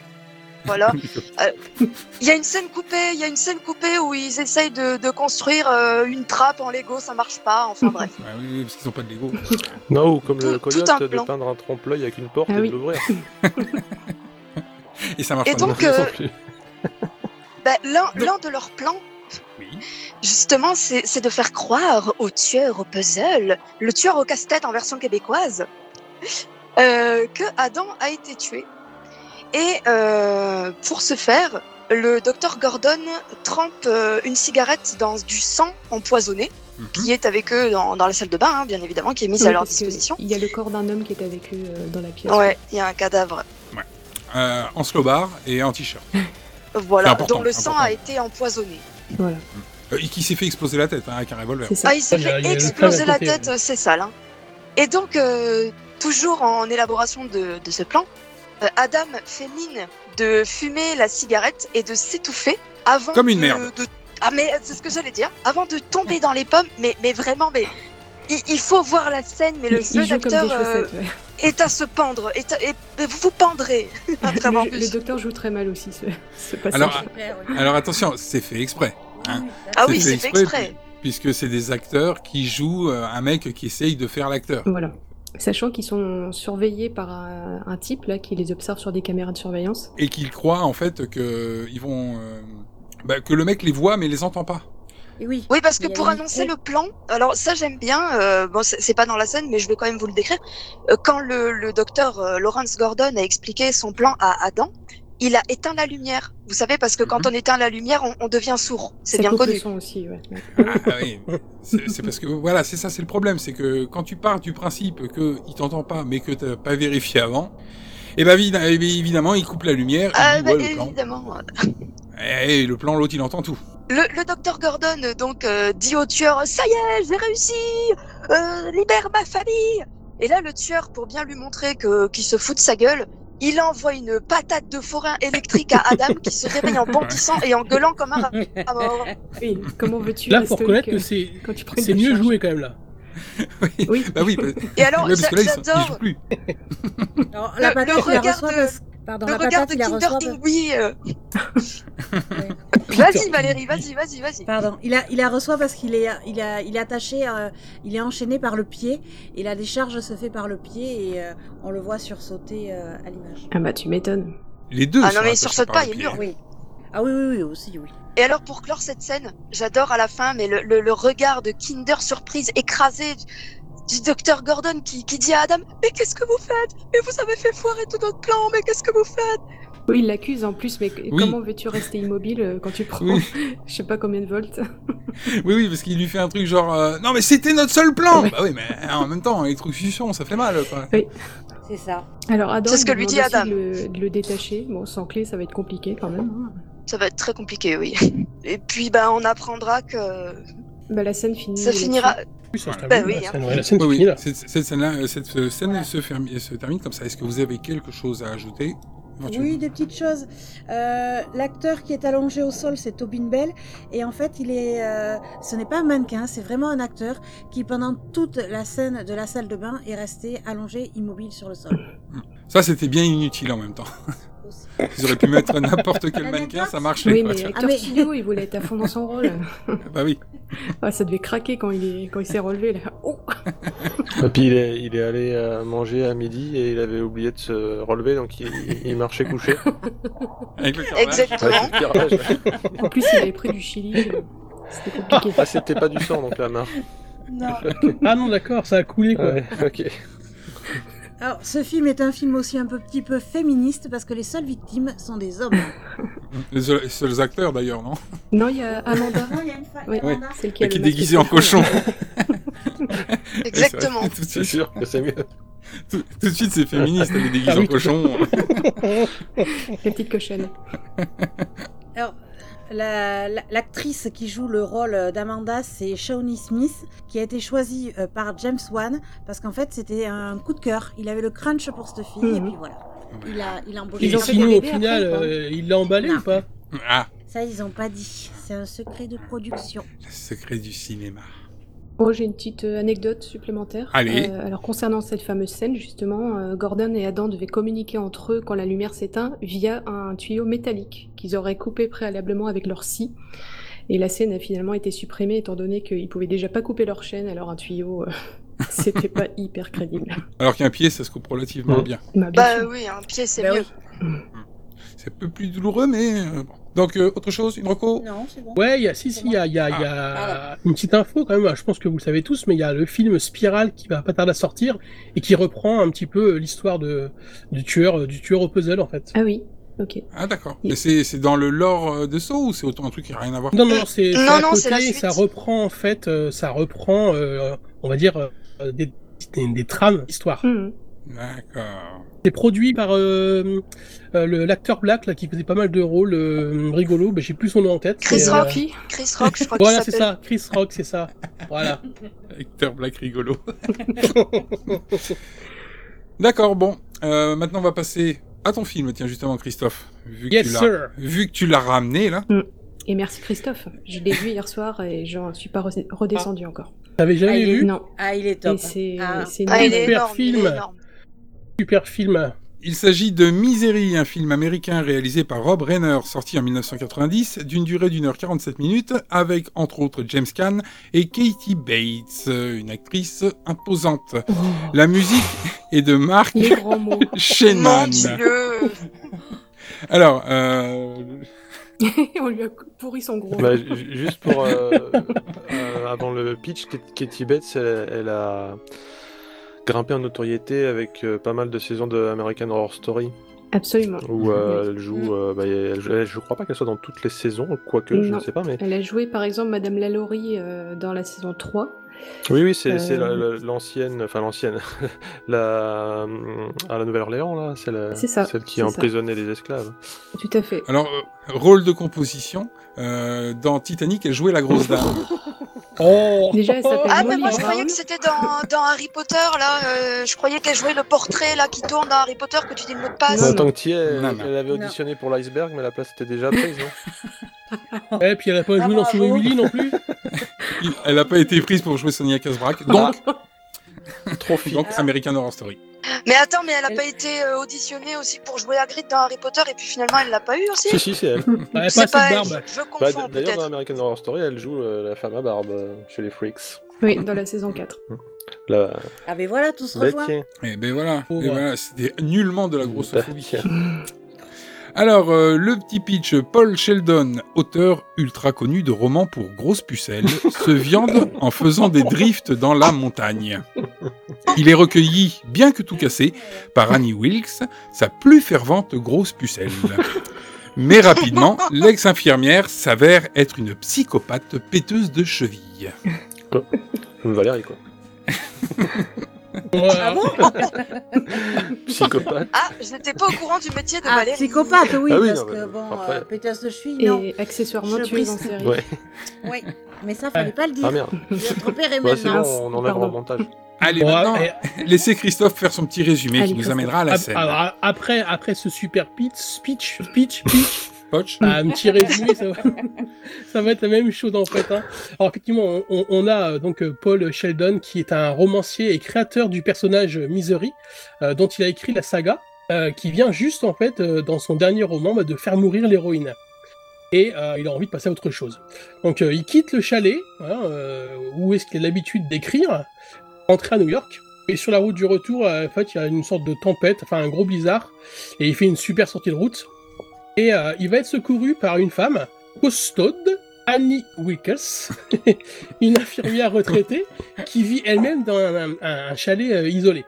S4: Voilà. Euh, Il y a une scène coupée, il y a une scène coupée où ils essayent de, de construire euh, une trappe en Lego, ça marche pas, enfin bref.
S1: Ouais, oui, oui, parce qu'ils ont pas de Lego.
S5: Non, ou comme
S4: Tout-
S5: le
S4: tout
S5: coyote
S4: un
S5: de
S4: plan.
S5: peindre un trompe-l'œil avec une porte
S2: Ah
S5: et
S2: oui.
S5: de l'ouvrir.
S1: Et ça marche
S4: Et
S1: pas
S4: donc,
S1: non plus.
S4: euh,
S5: Non plus.
S4: Bah, l'un, l'un de leurs plans,
S1: Oui.
S4: justement, c'est, c'est de faire croire au tueur au puzzle, le tueur au casse-tête en version québécoise, euh, que Adam a été tué. Et euh, pour ce faire, le docteur Gordon trempe euh, une cigarette dans du sang empoisonné,
S1: Mhm.
S4: qui est avec eux dans, dans la salle de bain, hein, bien évidemment, qui est mise
S2: Oui,
S4: à leur
S2: parce que
S4: disposition.
S2: Il y a le corps d'un homme qui est avec eux euh, dans la pièce.
S4: Ouais, il y a un cadavre.
S1: Euh, en slow-bar et en t-shirt.
S4: Voilà,
S1: C'est important,
S4: dont le sang
S1: important.
S4: a été empoisonné.
S2: Voilà,
S1: Euh, et qui s'est fait exploser la tête hein, avec un revolver.
S2: c'est ça.
S4: Ah, il s'est
S3: Il y a-
S4: fait
S3: il y a le
S4: exploser
S3: plan à
S4: la
S3: côté,
S4: tête,
S3: ouais.
S4: c'est sale. Hein. Et donc, euh, toujours en élaboration de, de ce plan, euh, Adam fait mine de fumer la cigarette et de s'étouffer avant
S1: Comme une
S4: de,
S1: merde.
S4: de- Ah mais c'est ce que j'allais dire. Avant de tomber dans les pommes, mais, mais vraiment, mais il, il faut voir la scène, mais le
S2: Il-
S4: jeu
S2: il joue comme
S4: d'acteur
S2: des
S4: euh,
S2: chaussettes, ouais.
S4: est à se pendre. Est à- et, et vous vous pendrez. Après avoir
S2: Le,
S4: vu
S2: le
S4: ce-
S2: docteur joue très mal aussi, ce, ce passage.
S1: Alors, alors attention, c'est fait exprès. Hein.
S4: Ah oui, c'est fait exprès.
S1: pu- Puisque c'est des acteurs qui jouent euh, un mec qui essaye de faire l'acteur.
S2: Voilà. Sachant qu'ils sont surveillés par un, un type là qui les observe sur des caméras de surveillance.
S1: Et qu'ils croient en fait que ils vont, euh, bah, que le mec les voit mais les entend pas.
S14: Et oui.
S4: Oui, parce que
S14: Il y a
S4: pour
S14: une-
S4: annoncer le plan, alors ça j'aime bien, euh, bon c'est c'est pas dans la scène, mais je vais quand même vous le décrire. Euh, quand le, le docteur euh, Lawrence Gordon a expliqué son plan à Adam, il a éteint la lumière. Vous savez, parce que quand on éteint la lumière, on, on devient sourd. C'est
S2: Ça
S4: bien
S2: coupe le
S4: connu.
S2: son aussi, ouais.
S1: Ah oui, c'est c'est parce que voilà, c'est ça, c'est le problème, c'est que quand tu pars du principe que il t'entend pas, mais que t'as pas vérifié avant, et ben évidemment il coupe la lumière,
S4: Ah
S1: il dit,
S4: bah,
S1: ouais, le plan.
S4: évidemment.
S1: Et le plan, l'autre il entend tout.
S4: Le, le docteur Gordon euh, donc euh, dit au tueur, ça y est, j'ai réussi, euh, libère ma famille. Et là le tueur, pour bien lui montrer que qu'il se fout de sa gueule, il envoie une patate de forain électrique à Adam qui se réveille en bondissant et en gueulant comme un rat à mort.
S2: Oui, comment veux-tu
S3: Là,
S2: rester
S3: faut reconnaître
S2: que-
S3: que c'est
S2: quand tu prends une
S3: c'est mieux
S2: décharge.
S3: joué quand même là.
S1: oui, bah oui. bah-
S4: Et alors,
S1: ouais, parce
S4: j'a-
S1: que là, ils sont- ils
S4: j'adore-
S1: jouent plus.
S14: Alors,
S4: Le-
S14: la
S4: le
S14: patate, il la
S4: regard
S14: reçoit
S4: de-
S14: parce... Pardon,
S4: le
S14: la
S4: regard
S14: patate,
S4: de
S14: il la
S4: Kinder
S14: reçoit... parce-
S4: Pingui. euh. Vas-y Valérie, vas-y, vas-y, vas-y.
S14: Pardon, il, a, il la reçoit parce qu'il est, il a, il est attaché, euh, il est enchaîné par le pied, et la décharge se fait par le pied, et euh, on le voit sursauter euh, à l'image.
S2: Ah bah tu m'étonnes.
S1: Les deux.
S4: Ah
S1: sont
S4: non mais il
S1: attachés
S4: sursaute
S1: par
S4: pas,
S1: le
S4: il
S1: pied.
S4: hurle.
S14: Oui. Ah oui, oui, oui, aussi, oui.
S4: Et alors pour clore cette scène, j'adore à la fin, mais le, le, le regard de Kinder surprise écrasé du, du docteur Gordon qui, qui dit à Adam, mais qu'est-ce que vous faites? Mais vous avez fait foirer tout notre plan, mais qu'est-ce que vous faites?
S2: Oui, il l'accuse en plus, mais
S1: Oui.
S2: comment veux-tu rester immobile euh, quand tu prends
S1: Oui.
S2: je sais pas combien de volts?
S1: Oui, oui, parce qu'il lui fait un truc genre, euh, non mais c'était notre seul plan. Bah oui, mais en même temps, électrocution, ça fait mal, quoi.
S2: Oui.
S14: C'est ça.
S2: Alors Adam,
S4: C'est ce
S2: il
S4: que
S2: lui
S4: lui dit
S2: demande aussi
S4: Adam.
S2: De le, de le détacher. Bon, sans clé, ça va être compliqué quand même. hein.
S4: Ça va être très compliqué, oui. Et puis bah on apprendra que
S2: Bah la scène finit.
S4: ça finira...
S2: là-dessus.
S3: Oui, ça se
S4: Bah
S3: termine,
S4: oui,
S3: la
S4: hein.
S3: scène, ouais, la scène
S1: Oui,
S3: finit
S1: oui.
S3: là.
S1: Cette, cette scène-là, euh, cette euh, scène se, ferme- se termine comme ça. Est-ce que vous avez quelque chose à ajouter éventuellement
S14: Oui, des petites choses. Euh, L'acteur qui est allongé au sol, c'est Tobin Bell, et en fait, il est, euh, ce n'est pas un mannequin, c'est vraiment un acteur qui, pendant toute la scène de la salle de bain, est resté allongé, immobile sur le sol.
S1: Ça, c'était bien inutile en même temps. Ils auraient pu mettre n'importe quel mannequin, ça marchait.
S2: Oui,
S1: quoi.
S2: mais acteur
S14: Ah, mais-
S2: studio, il voulait être à fond dans son rôle.
S1: Bah oui.
S2: Ah, ça devait craquer quand il est quand il s'est relevé là. Oh.
S5: Et puis il est, il est allé euh, manger à midi et il avait oublié de se relever, donc il, il marchait couché.
S1: Avec le carrelage.
S4: Exactement.
S5: Ouais, le carrelage, ouais.
S2: En plus, il avait pris du chili. euh, C'était compliqué.
S5: Ah, c'était pas du sang, donc la marre.
S14: Non.
S3: Ah non, d'accord, ça a coulé quoi.
S5: Ouais, ok.
S14: Alors, ce film est un film aussi un peu, petit peu féministe, parce que les seules victimes sont des hommes.
S1: Les seuls, les seuls acteurs d'ailleurs, non
S2: Non, il y a Amanda.
S14: Non, il y a une femme,
S2: Oui,
S14: Amanda.
S2: celle qui a
S1: Qui est
S2: le masque
S1: déguisée en
S2: cochon.
S1: cochon.
S4: Exactement.
S1: Ouais, c'est vrai. Tout de
S5: C'est
S1: suite,
S5: sûr que c'est mieux.
S1: tout, tout de suite, c'est féministe, elle est déguisée
S3: Ah oui,
S1: en cochon.
S2: La petite cochonne.
S14: Alors, la- la- l'actrice qui joue le rôle d'Amanda, c'est Shawnee Smith, qui a été choisie euh, par James Wan, parce qu'en fait, c'était un coup de cœur. Il avait le crunch pour cette fille, et
S2: Mhm.
S14: puis voilà. Il a, il a embauché.
S3: Et
S2: Ils ont fait
S3: sinon,
S2: des
S3: au
S2: bébés
S3: final,
S2: après, ou pas
S3: euh, il l'a emballé
S14: Non.
S3: ou pas?
S1: Ah,
S14: Ça, ils ont pas dit. C'est un secret de production.
S1: le secret du cinéma.
S2: Oh, j'ai une petite euh, anecdote supplémentaire.
S1: Allez.
S2: Euh, alors concernant cette fameuse scène, justement, euh, Gordon et Adam devaient communiquer entre eux quand la lumière s'éteint via un tuyau métallique qu'ils auraient coupé préalablement avec leur scie. Et la scène a finalement été supprimée étant donné qu'ils pouvaient déjà pas couper leur chaîne, alors un tuyau, euh, c'était pas hyper crédible.
S1: Alors qu'un pied, ça se coupe relativement
S5: Mm.
S1: bien.
S2: Bah, bien
S4: Bah
S2: sûr.
S4: oui, un pied c'est
S14: Bah
S4: mieux.
S14: oui.
S1: C'est un peu plus douloureux, mais euh, bon. Donc, euh, autre chose, une reco
S14: Non, c'est bon.
S3: Ouais, il y a, si, si, il y a, il y a, il y a une petite info quand même, je pense que vous le savez tous, mais il y a le film Spiral qui va pas tarder à sortir et qui reprend un petit peu l'histoire de, du tueur, du tueur au puzzle en fait.
S2: Ah oui, ok.
S1: Ah d'accord. Mais c'est c'est dans le lore euh, de Saw ou c'est autant un truc qui n'a rien à voir
S3: Non, non, c'est c'est
S4: Non,
S3: à
S4: non, c'est la
S3: côté,
S4: suite.
S3: ça reprend en fait, euh, ça reprend, euh, on va dire, euh, des, des, des trames d'histoire.
S2: Mhm.
S1: D'accord.
S3: C'est produit par euh, euh, le- l'acteur Black là, qui faisait pas mal de rôles euh, rigolos, mais j'ai plus son nom en tête.
S4: Chris
S3: mais,
S4: Rock.
S2: Qui
S4: Chris Rock, je crois
S3: Voilà,
S4: qu'il
S3: c'est
S4: s'appelle.
S3: ça, Chris Rock, c'est ça. Voilà.
S1: Acteur Black rigolo. D'accord, bon. Euh, maintenant, on va passer à ton film, tiens, justement, Christophe. Vu que
S3: Yes,
S1: tu l'as-
S3: sir.
S1: Vu que tu l'as ramené, là.
S2: Et merci Christophe. Je l'ai vu hier soir et j'en suis pas re- redescendu encore.
S3: T'avais jamais
S14: Ah, il est-
S3: vu
S2: Non.
S14: Ah, il est top.
S2: Et c'est
S14: Ah.
S2: c'est
S4: Ah, il est
S3: Super
S4: énorme, il est
S3: film.
S4: énorme.
S3: Super film.
S1: Il s'agit de Misery, un film américain réalisé par Rob Reiner, sorti en mille neuf cent quatre-vingt-dix, d'une durée d'une heure quarante-sept minutes, avec entre autres James Caan et Katie Bates, une actrice imposante.
S2: Oh.
S1: La musique est de Mark
S2: Les grands mots.
S1: Shenman.
S4: Mon Dieu.
S1: Alors, euh...
S2: On lui a pourri son gros.
S5: Bah, ju- juste pour euh, euh, avant le pitch, Kat- Katie Bates, elle, elle a grimpé en notoriété avec euh, pas mal de saisons de American Horror Story
S2: Absolument.
S5: où euh,
S2: Oui.
S5: elle joue. euh, bah, elle, elle- je crois pas qu'elle soit dans toutes les saisons, quoique je
S2: Non.
S5: ne sais pas, mais
S2: Elle a joué par exemple Madame Lalaurie euh, dans la saison trois.
S5: oui, oui, c'est
S2: Euh,
S5: c'est la- la- l'ancienne, enfin l'ancienne, la hum, à la Nouvelle-Orléans là, c'est la-
S2: C'est ça,
S5: celle qui
S2: c'est ça.
S5: emprisonnait les esclaves.
S2: Tout à fait.
S1: Alors, euh, rôle de composition, euh, dans Titanic, elle jouait la grosse dame.
S3: Oh
S2: Déjà, elle s'appelle
S4: Ah, mais
S2: Molly
S4: moi je
S2: Brown.
S4: croyais que c'était dans, dans Harry Potter là. euh, je croyais qu'elle jouait le portrait là qui tourne dans Harry Potter que tu dis le mot de passe.
S5: Bah,
S2: non.
S5: tant que tu y es, elle,
S1: Non, non.
S5: elle avait auditionné pour l'iceberg, mais la place était déjà prise, non?
S3: Et puis elle a pas joué dans
S14: bravo.
S3: Sauver Willy non plus.
S1: Elle n'a pas été prise pour jouer Sonia Casbrac, donc,
S5: Trop fit.
S1: donc American Horror Story.
S4: Mais attends, mais elle a
S2: Elle-
S4: pas été euh, auditionnée aussi pour jouer Hagrid dans Harry Potter et puis finalement elle l'a pas eu aussi.
S5: Si, si, c'est elle.
S3: Elle a
S4: C'est
S3: pas
S4: pas
S3: cette
S4: elle,
S3: barbe.
S4: je, je
S5: Bah,
S4: confonds
S5: d- D'ailleurs,
S4: peut-être.
S5: dans American Horror Story, elle joue euh, la femme à barbe euh, chez les Freaks.
S2: Oui, dans la saison quatre.
S5: La...
S14: Ah, mais voilà, tout se
S5: Bah,
S14: rejoint.
S5: tiens.
S1: Et ben voilà,
S3: Oh,
S1: et
S3: ouais.
S1: voilà, c'était nullement de la
S5: Bah,
S1: grossophobie.
S5: tiens.
S1: Alors, euh, le petit pitch, Paul Sheldon, auteur ultra connu de romans pour grosses pucelles, se viande en faisant des drifts dans la montagne. Il est recueilli, bien que tout cassé, par Annie Wilkes, sa plus fervente grosse pucelle. Mais rapidement, l'ex-infirmière s'avère être une psychopathe péteuse de chevilles.
S5: Comme Valérie, quoi.
S3: Ouais.
S14: Ah bon
S5: Psychopathe.
S4: Ah, je n'étais pas au courant du métier de
S14: Ah,
S4: Valérie.
S14: psychopathe, oui,
S5: Ah oui,
S14: parce
S5: non, mais
S14: que bon,
S5: après-
S14: euh, pétasse de cheville, non.
S2: Et accessoirement
S14: Je
S2: tueuse en
S14: brise.
S2: série.
S5: Ouais.
S14: Oui, mais ça, fallait pas le dire.
S5: Ah merde.
S14: Je vais te repérer
S5: Ouais, c'est
S14: maintenant.
S5: bon, on enlève
S2: Pardon.
S5: en montage.
S1: Allez,
S3: Bon,
S1: maintenant,
S3: et-
S1: laissez Christophe faire son petit résumé
S2: Allez,
S1: qui nous
S2: Christophe.
S1: amènera à la
S3: ap-
S1: scène.
S3: alors, après, après ce super pitch, speech, speech, pitch,
S1: Poch.
S3: bah, un petit résumé, ça va, ça va être la même chose en fait. Hein. Alors effectivement, on, on- on a euh, donc euh, Paul Sheldon qui est un romancier et créateur du personnage Misery, euh, dont il a écrit la saga, euh, qui vient juste en fait euh, dans son dernier roman bah, de faire mourir l'héroïne. Et euh, il a envie de passer à autre chose. Donc euh, il quitte le chalet, hein, euh, où est-ce qu'il a l'habitude d'écrire, rentrer à New York. Et sur la route du retour, euh, en fait, il y a une sorte de tempête, enfin un gros blizzard, et il fait une super sortie de route. Et euh, il va être secouru par une femme, costaude, Annie Wilkes, une infirmière retraitée qui vit elle-même dans un, un- un chalet euh, isolé.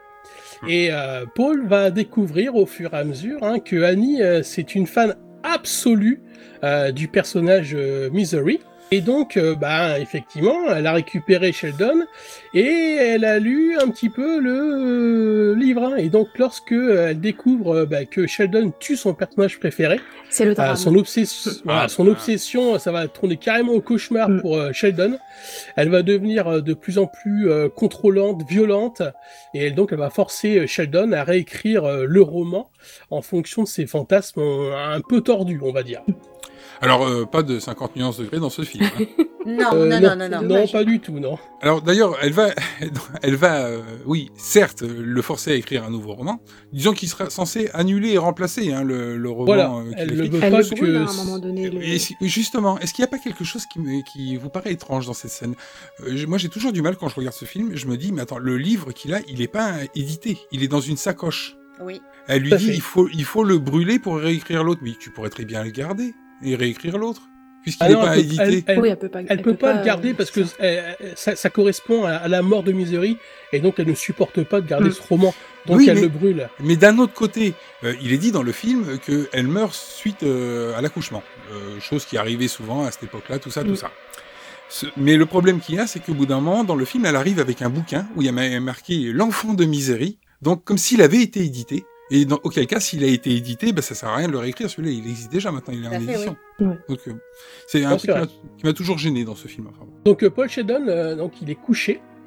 S3: Et euh, Paul va découvrir au fur et à mesure hein, que Annie, euh, c'est une fan absolue euh, du personnage euh, Misery. Et donc, euh, bah, effectivement, elle a récupéré Sheldon et elle a lu un petit peu le euh, livre. hein. Et donc, lorsque euh, elle découvre euh, bah, que Sheldon tue son personnage préféré,
S2: C'est le
S3: euh,
S2: drame.
S3: son, obsession, voilà, son obsession, ça va tourner carrément au cauchemar
S2: Mm.
S3: pour euh, Sheldon. Elle va devenir euh, de plus en plus euh, contrôlante, violente, et elle, donc elle va forcer euh, Sheldon à réécrire euh, le roman en fonction de ses fantasmes euh, un peu tordus, on va dire.
S1: Alors, euh, pas de cinquante nuances degrés dans ce film. hein.
S14: Non,
S3: Euh,
S14: non, non, non, non.
S3: Non, pas du tout, non.
S1: Alors d'ailleurs, elle va, elle va, euh, oui, certes, le forcer à écrire un nouveau roman. Disons qu'il sera censé annuler et remplacer hein, le, le roman
S3: Voilà,
S1: euh, qu'il
S3: elle
S1: écrit.
S3: ne veut
S2: Elle
S3: pas
S2: le brûle
S3: que...
S2: hein, à un moment donné. le-
S1: Et est-ce- justement, est-ce qu'il n'y a pas quelque chose qui, me- qui vous paraît étrange dans cette scène Euh, j'ai- Moi, j'ai toujours du mal quand je regarde ce film. Je me dis, mais attends, le livre qu'il a, il n'est pas euh, édité. Il est dans une sacoche.
S14: Oui.
S1: Elle lui
S3: Tout à
S1: dit,
S3: fait.
S1: il faut, il faut le brûler pour réécrire l'autre. Mais tu pourrais très bien le garder et réécrire l'autre, puisqu'il
S3: Ah
S1: n'est
S3: non,
S1: pas
S3: elle peut-
S1: édité.
S3: elle- elle-
S2: Oui, elle peut pas.
S3: Elle peut pas le garder
S2: euh,
S3: parce que euh, ça, ça correspond à, à la mort de Misery et donc elle ne supporte pas de garder
S2: Mm.
S3: ce roman. Donc
S1: Oui,
S3: elle
S1: mais-
S3: le brûle.
S1: Mais d'un autre côté, euh, il est dit dans le film qu'elle meurt suite euh, à l'accouchement. Euh, chose qui arrivait souvent à cette époque-là, tout ça, tout
S2: Mm.
S1: ça. Ce- Mais le problème qu'il y a, c'est qu'au bout d'un moment, dans le film, elle arrive avec un bouquin où il y a ma- marqué « L'enfant de Misery », donc comme s'il avait été édité. Et dans auquel cas, s'il a été édité, bah, ça sert à rien de le réécrire. Celui-là, il existe déjà maintenant, il est
S14: Tout à
S1: en
S14: fait,
S1: édition.
S2: oui. Ouais.
S1: Donc, euh, c'est un
S3: Non,
S1: truc
S3: c'est
S1: qui
S3: vrai.
S1: m'a- qui m'a toujours gêné dans ce film. Enfin, bon.
S3: Donc euh, Paul Sheldon, euh, donc il est couché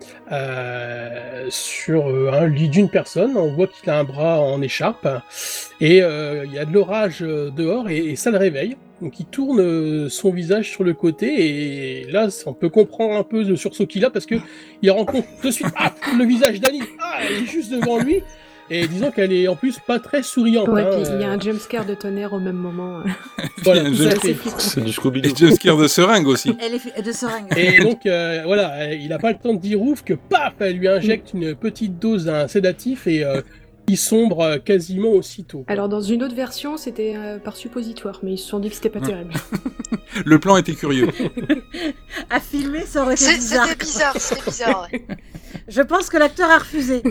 S3: euh, sur euh, un lit d'une personne. On voit qu'il a un bras en écharpe et euh, il y a de l'orage euh, dehors et, et ça le réveille. Donc il tourne euh, son visage sur le côté et là on peut comprendre un peu le sursaut qu'il a parce que il rencontre de suite ah, le visage d'Annie. Ah, elle est juste devant lui. Et disons qu'elle est en plus pas très souriante.
S2: Ouais,
S3: hein,
S2: puis il y a
S3: euh,
S2: un jumpscare de tonnerre au même moment.
S3: Voilà,
S1: Il y a un
S2: c'est
S1: jump-
S2: assez flippant.
S5: C'est du Scooby-Doo.
S1: Et jumpscare de seringue aussi.
S14: Elle est fi- de seringue.
S3: Et donc, euh, voilà, il n'a pas le temps de dire ouf que paf, elle lui injecte une petite dose d'un sédatif et euh, il sombre euh, quasiment aussitôt.
S2: Alors dans une autre version, c'était euh, par suppositoire, mais ils se sont dit que c'était pas
S1: Ouais.
S2: terrible.
S1: Le plan était curieux.
S14: À filmer, ça aurait été
S4: C'est-
S14: bizarre.
S4: C'était bizarre, c'était bizarre. Ouais.
S14: Je pense que l'acteur a refusé.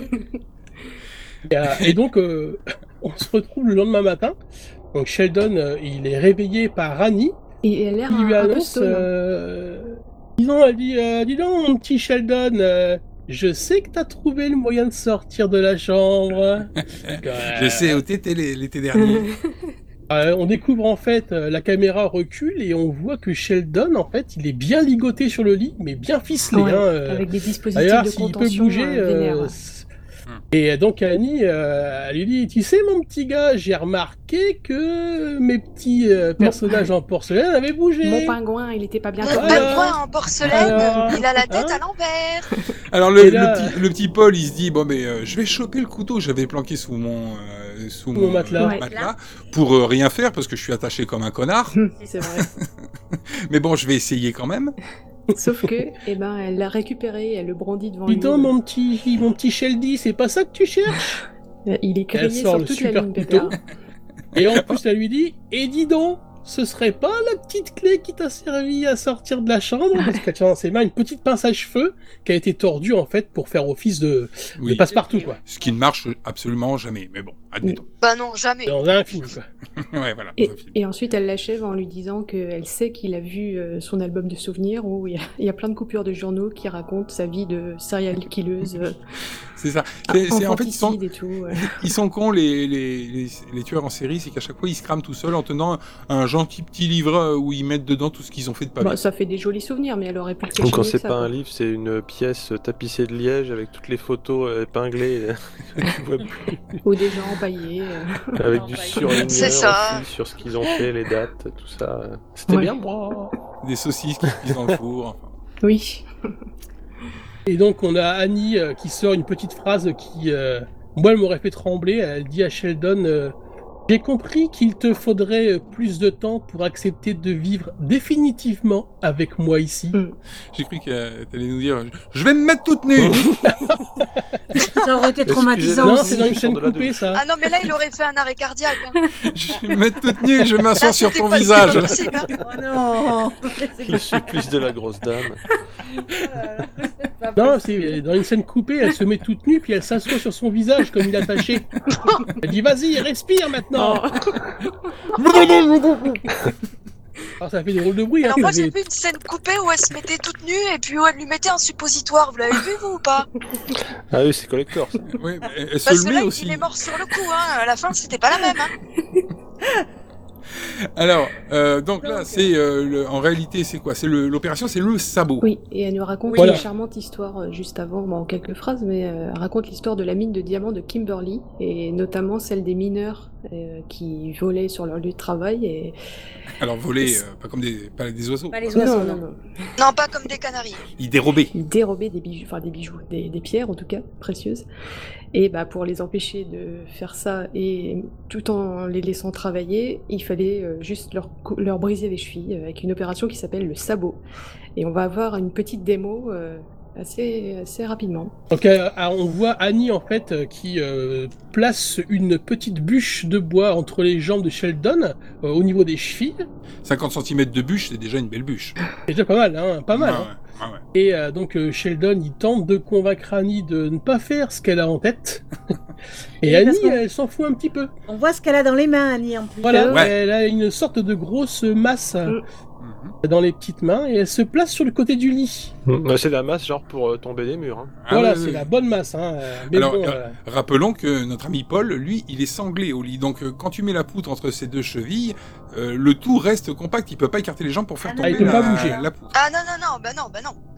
S3: Et, euh, et donc, euh, on se retrouve le lendemain matin. Donc Sheldon, euh, il est réveillé par Annie.
S2: Et elle a l'air
S3: qui lui
S2: un, un peu
S3: annonce,
S2: stone. hein.
S3: euh, dis donc, elle dit, euh, dis donc, mon petit Sheldon, euh, je sais que t'as trouvé le moyen de sortir de la chambre. Donc, euh,
S1: Je sais où t'étais l'é- l'été dernier.
S3: Euh, on découvre en fait, euh, la caméra recule et on voit que Sheldon, en fait, il est bien ligoté sur le lit, mais bien ficelé.
S2: Ouais,
S3: hein, euh.
S2: avec des dispositifs
S3: D'ailleurs,
S2: de
S3: s'il peut
S2: contention
S3: bouger,
S2: euh,
S3: euh,
S2: vénères.
S3: c'est- et donc Annie, euh, elle lui dit, tu sais mon petit gars, j'ai remarqué que mes petits euh, personnages en porcelaine avaient bougé.
S2: Mon pingouin, il était pas bien
S4: Mon
S2: collé.
S4: pingouin en porcelaine,
S3: Alors,
S4: il a la tête
S3: hein
S4: à l'envers.
S1: Alors le,
S3: Et là-
S1: le, petit, le petit Paul, il se dit bon mais euh, je vais choper le couteau, j'avais planqué sous mon euh, sous
S3: Mon matelas.
S1: euh,
S2: Ouais.
S1: matelas pour euh, rien faire parce que je suis attaché comme un connard.
S2: C'est vrai.
S1: Mais bon, je vais essayer quand même.
S2: Sauf que, eh ben, elle l'a récupéré, elle le brandit devant
S3: Dis
S2: lui.
S3: donc mon petit, mon petit Sheldy, c'est pas ça que tu cherches?
S2: Euh, Il est
S3: Elle
S2: grillé
S3: sort
S2: sur
S3: le
S2: toute la
S3: super
S2: ligne,
S3: couteau.
S2: Pépère.
S3: Et en plus, elle lui dit, et dis donc, ce serait pas la petite clé qui t'a servi à sortir de la chambre? Parce qu'elle tient dans ses mains une petite pince à cheveux qui a été tordue en fait pour faire office de,
S1: Oui.
S3: de passe-partout quoi.
S1: Ce qui ne marche absolument jamais. Mais bon, admettons.
S4: Bah non, jamais.
S3: Dans un film quoi.
S1: Ouais, voilà.
S2: Et,
S1: dans un film.
S2: et ensuite, elle l'achève en lui disant qu'elle sait qu'il a vu euh, son album de souvenirs où il y, a, il y a plein de coupures de journaux qui racontent sa vie de serial killeuse, euh,
S1: C'est ça. C'est, c'est- en fait, ils sont,
S2: infanticide et tout. euh.
S1: ils sont cons les, les, les, les tueurs en série, c'est qu'à chaque fois ils se crament tout seuls en tenant un gentil petit livre euh, où ils mettent dedans tout ce qu'ils ont fait de pas
S2: Bah,
S1: bien.
S2: ça fait des jolis souvenirs, mais elle aurait pu le cacher
S5: Ou quand
S2: mieux
S5: c'est
S2: que ça,
S5: pas
S2: quoi.
S5: un livre, c'est une pièce tapissée de liège avec toutes les photos euh, épinglées que tu vois plus.
S2: Ou des gens empaillés. euh.
S5: Avec du surligneur
S4: C'est ça.
S5: aussi sur ce qu'ils ont fait, les dates, tout ça. C'était
S2: Ouais.
S5: bien, moi.
S1: Des saucisses qui se cuisent dans le four. Enfin.
S2: Oui.
S3: Et donc on a Annie euh, qui sort une petite phrase qui, euh, moi, elle m'aurait fait trembler. Elle dit à Sheldon, euh, j'ai compris qu'il te faudrait euh, plus de temps pour accepter de vivre définitivement avec moi ici.
S2: Mm.
S1: J'ai cru qu'elle allait nous dire je vais me mettre toute nue.
S14: Ça aurait été traumatisant
S3: Non,
S14: aussi.
S3: c'est dans une chaîne
S5: de la
S3: coupée
S5: douche.
S3: ça.
S4: Ah non, mais là, il aurait fait un arrêt cardiaque. hein.
S1: Je vais me mettre toute nue, je
S4: Là,
S1: m'assois sur
S4: c'était
S1: ton
S4: pas-
S1: visage.
S4: c'était pas possible, hein.
S14: Oh non.
S5: Le supplice de la grosse dame.
S3: Non, c'est dans une scène coupée, elle se met toute nue puis elle s'assoit sur son visage comme il est attaché. Elle dit vas-y, respire maintenant. Alors ça fait des drôles de bruit. Hein,
S4: Alors
S3: ça
S4: moi,
S3: fait-
S4: j'ai vu une scène coupée où elle se mettait toute nue et puis où elle lui mettait un suppositoire. Vous l'avez vu, vous, ou pas?
S5: Ah oui, c'est collector ça.
S1: Oui, mais elle
S4: Parce
S1: se
S4: que
S1: le
S4: là,
S1: met aussi.
S4: il est mort sur le coup. Hein. À la fin, c'était pas la même. Hein.
S1: Alors, euh, donc là, c'est euh, le- en réalité, c'est quoi? C'est le- l'opération, c'est le sabot.
S2: Oui, et elle nous raconte
S3: Voilà.
S2: une charmante histoire euh, juste avant, bon, en quelques phrases, mais euh, elle raconte l'histoire de la mine de diamants de Kimberley, et notamment celle des mineurs euh, qui volaient sur leur lieu de travail. Et...
S1: Alors voler, euh, pas comme des, pas des oiseaux.
S14: Pas les
S2: Non,
S14: oiseaux,
S2: non,
S14: non.
S2: non.
S4: Non, pas comme des canaris.
S1: Ils dérobaient.
S2: Ils dérobaient des bijoux, enfin des bijoux, des, des pierres en tout cas, précieuses. Et bah, pour les empêcher de faire ça, et tout en les laissant travailler, il fallait euh, juste leur, cou- leur briser les chevilles euh, avec une opération qui s'appelle le sabot. Et on va avoir une petite démo euh, assez, assez rapidement.
S3: Donc euh, ah, on voit Annie en fait euh, qui euh, place une petite bûche de bois entre les jambes de Sheldon euh, au niveau des chevilles.
S1: cinquante centimètres de bûche, c'est déjà une belle bûche.
S3: C'est déjà pas mal, hein, pas mal.
S1: Ouais,
S3: hein.
S1: ouais, ouais, ouais.
S3: Et euh, donc euh, Sheldon il tente de convaincre Annie de ne pas faire ce qu'elle a en tête. Et
S14: Oui,
S3: Annie
S14: parce qu'on-
S3: elle s'en fout un petit peu.
S14: On voit ce qu'elle a dans les mains, Annie, en plus.
S3: Voilà,
S1: Ouais.
S3: elle a une sorte de grosse masse euh,
S1: Mhm.
S3: dans les petites mains et elle se place sur le côté du lit.
S5: Bah, c'est la masse genre pour euh, tomber des murs. Hein.
S1: Ah
S3: voilà,
S1: oui, oui,
S3: c'est
S1: oui.
S3: la bonne masse. Hein. euh, Mais
S1: Alors,
S3: bon,
S1: euh,
S3: euh,
S1: Rappelons que notre ami Paul, lui, il est sanglé au lit. Donc, euh, quand tu mets la poutre entre ses deux chevilles, euh, le tout reste compact. Il peut pas écarter les jambes pour faire
S14: Ah non,
S1: tomber
S3: il peut
S1: la,
S3: pas bouger.
S1: la poutre.
S4: Ah non, non, non, bah non, bah non.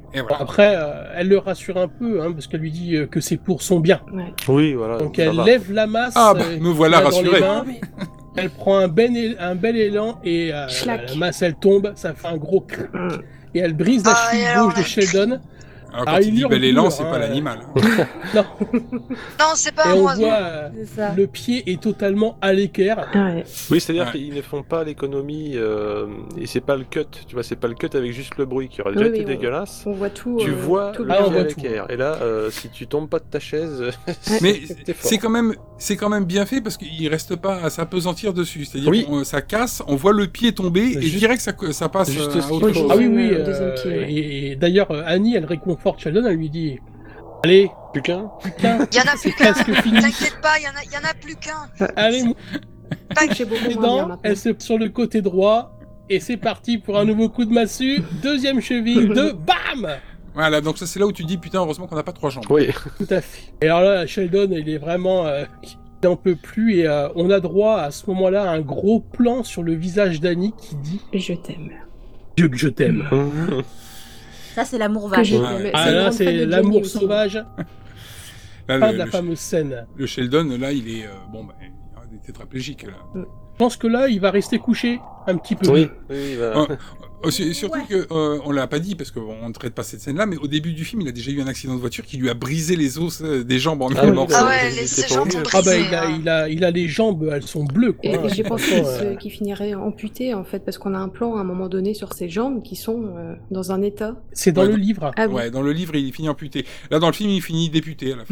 S1: Et voilà.
S3: Bon, après, euh, elle le rassure un peu, hein, parce qu'elle lui dit euh, que c'est pour son bien.
S2: Ouais.
S5: Oui, voilà.
S3: Donc
S5: ça
S3: elle
S5: va.
S3: lève la masse.
S1: Ah, bah,
S3: euh,
S1: me voilà
S3: qu'il a dans les
S1: rassuré.
S3: mains. Elle prend un bel, é- un bel élan et euh,
S2: Schlack.
S3: la masse elle tombe, ça fait un gros crack.
S2: Mm.
S3: Et elle brise la
S4: Ah, et
S3: cheville
S4: alors,
S3: gauche de
S4: elle
S3: Sheldon.
S1: Alors
S3: Ah,
S1: quand
S3: il
S1: il dit
S3: hurle
S1: bel élan,
S3: douleur,
S1: c'est
S3: hein,
S1: pas
S3: euh.
S1: l'animal.
S3: Non.
S4: Non, c'est pas
S3: Et
S4: un
S3: on
S4: oiseau.
S3: voit euh,
S14: C'est ça.
S3: le pied est totalement à l'équerre.
S2: Ouais.
S5: Oui, c'est-à-dire
S1: Ouais.
S5: qu'ils ne font pas l'économie euh, et c'est pas le cut. Tu vois, c'est pas le cut avec juste le bruit qui aurait déjà
S2: Oui,
S5: été
S2: oui, on-
S5: dégueulasse.
S2: On voit tout.
S5: Tu
S2: euh,
S5: vois
S2: tout
S5: le
S2: le
S3: Ah, on
S5: pied
S3: voit
S5: à
S3: tout.
S5: l'équerre. Et là, euh, si tu tombes pas de ta chaise,
S1: Mais
S5: t'es fort.
S1: c'est quand même, c'est quand même bien fait parce qu'il reste pas à s'apesantir dessus. C'est-à-dire
S5: Oui.
S1: que ça casse, on voit le pied tomber et
S5: Juste-
S1: direct ça, ça passe
S5: juste
S1: euh,
S5: ce
S1: à
S5: qu'il
S1: autre
S5: faut.
S1: chose.
S3: Ah oui,
S2: Deuxième,
S3: oui.
S2: euh,
S3: euh,
S2: deuxième pied, ouais.
S3: et, et d'ailleurs, euh, Annie, elle réconforte Sheldon, elle lui dit allez,
S5: Plus qu'un.
S3: plus qu'un,
S4: Il y en a
S3: c'est
S4: plus qu'un.
S3: presque fini.
S4: T'inquiète pas, il y en a, il y en a plus qu'un.
S3: Allez, mon
S2: J'ai beaucoup moins bien
S3: dents,
S2: maintenant.
S3: elle se sur le côté droit. Et c'est parti pour un nouveau coup de massue. Deuxième cheville de BAM.
S1: Voilà, donc ça c'est là où tu dis putain heureusement qu'on n'a pas trois jambes.
S5: Oui.
S3: Tout à fait. Et alors là, Sheldon, il est vraiment... Euh, il n'en peut plus. Et euh, on a droit à ce moment-là à un gros plan sur le visage d'Annie qui dit
S2: Je t'aime.
S3: « Dieu que je t'aime ».
S14: Ça, c'est l'amour
S2: Que j'ai-
S14: vague.
S1: Ouais.
S2: mais
S3: Ah
S2: une
S3: là,
S2: grande fan
S3: c'est
S2: de Johnny
S3: l'amour
S2: aussi.
S3: sauvage.
S1: Là,
S3: Pas
S1: le,
S3: de la
S1: le-
S3: fameuse scène.
S1: le Sheldon là il est euh, bon bah, il est tétraplégique là.
S3: Je pense que là, il va rester couché un petit peu.
S5: Oui, oui, oui, bah.
S1: Euh, euh, c'est- surtout que euh, on l'a pas dit parce qu'on ne traite pas cette scène-là, mais au début du film, il a déjà eu un accident de voiture qui lui a brisé les os euh, des jambes en
S5: Ah
S1: mille
S5: oui,
S1: morceaux.
S4: Ah
S5: bah,
S4: ouais,
S5: j'étais
S4: les- ses
S5: pas
S4: jambes
S5: au
S4: sont
S5: milieu.
S3: Ah bah,
S4: brisées.
S3: il a,
S4: hein.
S3: il, a, il a les jambes, elles sont bleues. Quoi.
S2: Et,
S3: hein.
S2: et j'ai pensé
S3: Franchement,
S2: qu'il se-
S3: euh,
S2: qu'il finirait amputé en fait, parce qu'on a un plan à un moment donné sur ses jambes qui sont euh, dans un état.
S3: C'est dans
S1: Ouais,
S3: le
S1: dans-
S3: livre.
S2: Ah oui.
S1: Ouais, dans le livre, il finit amputé. Là, dans le film, il finit député à la fin.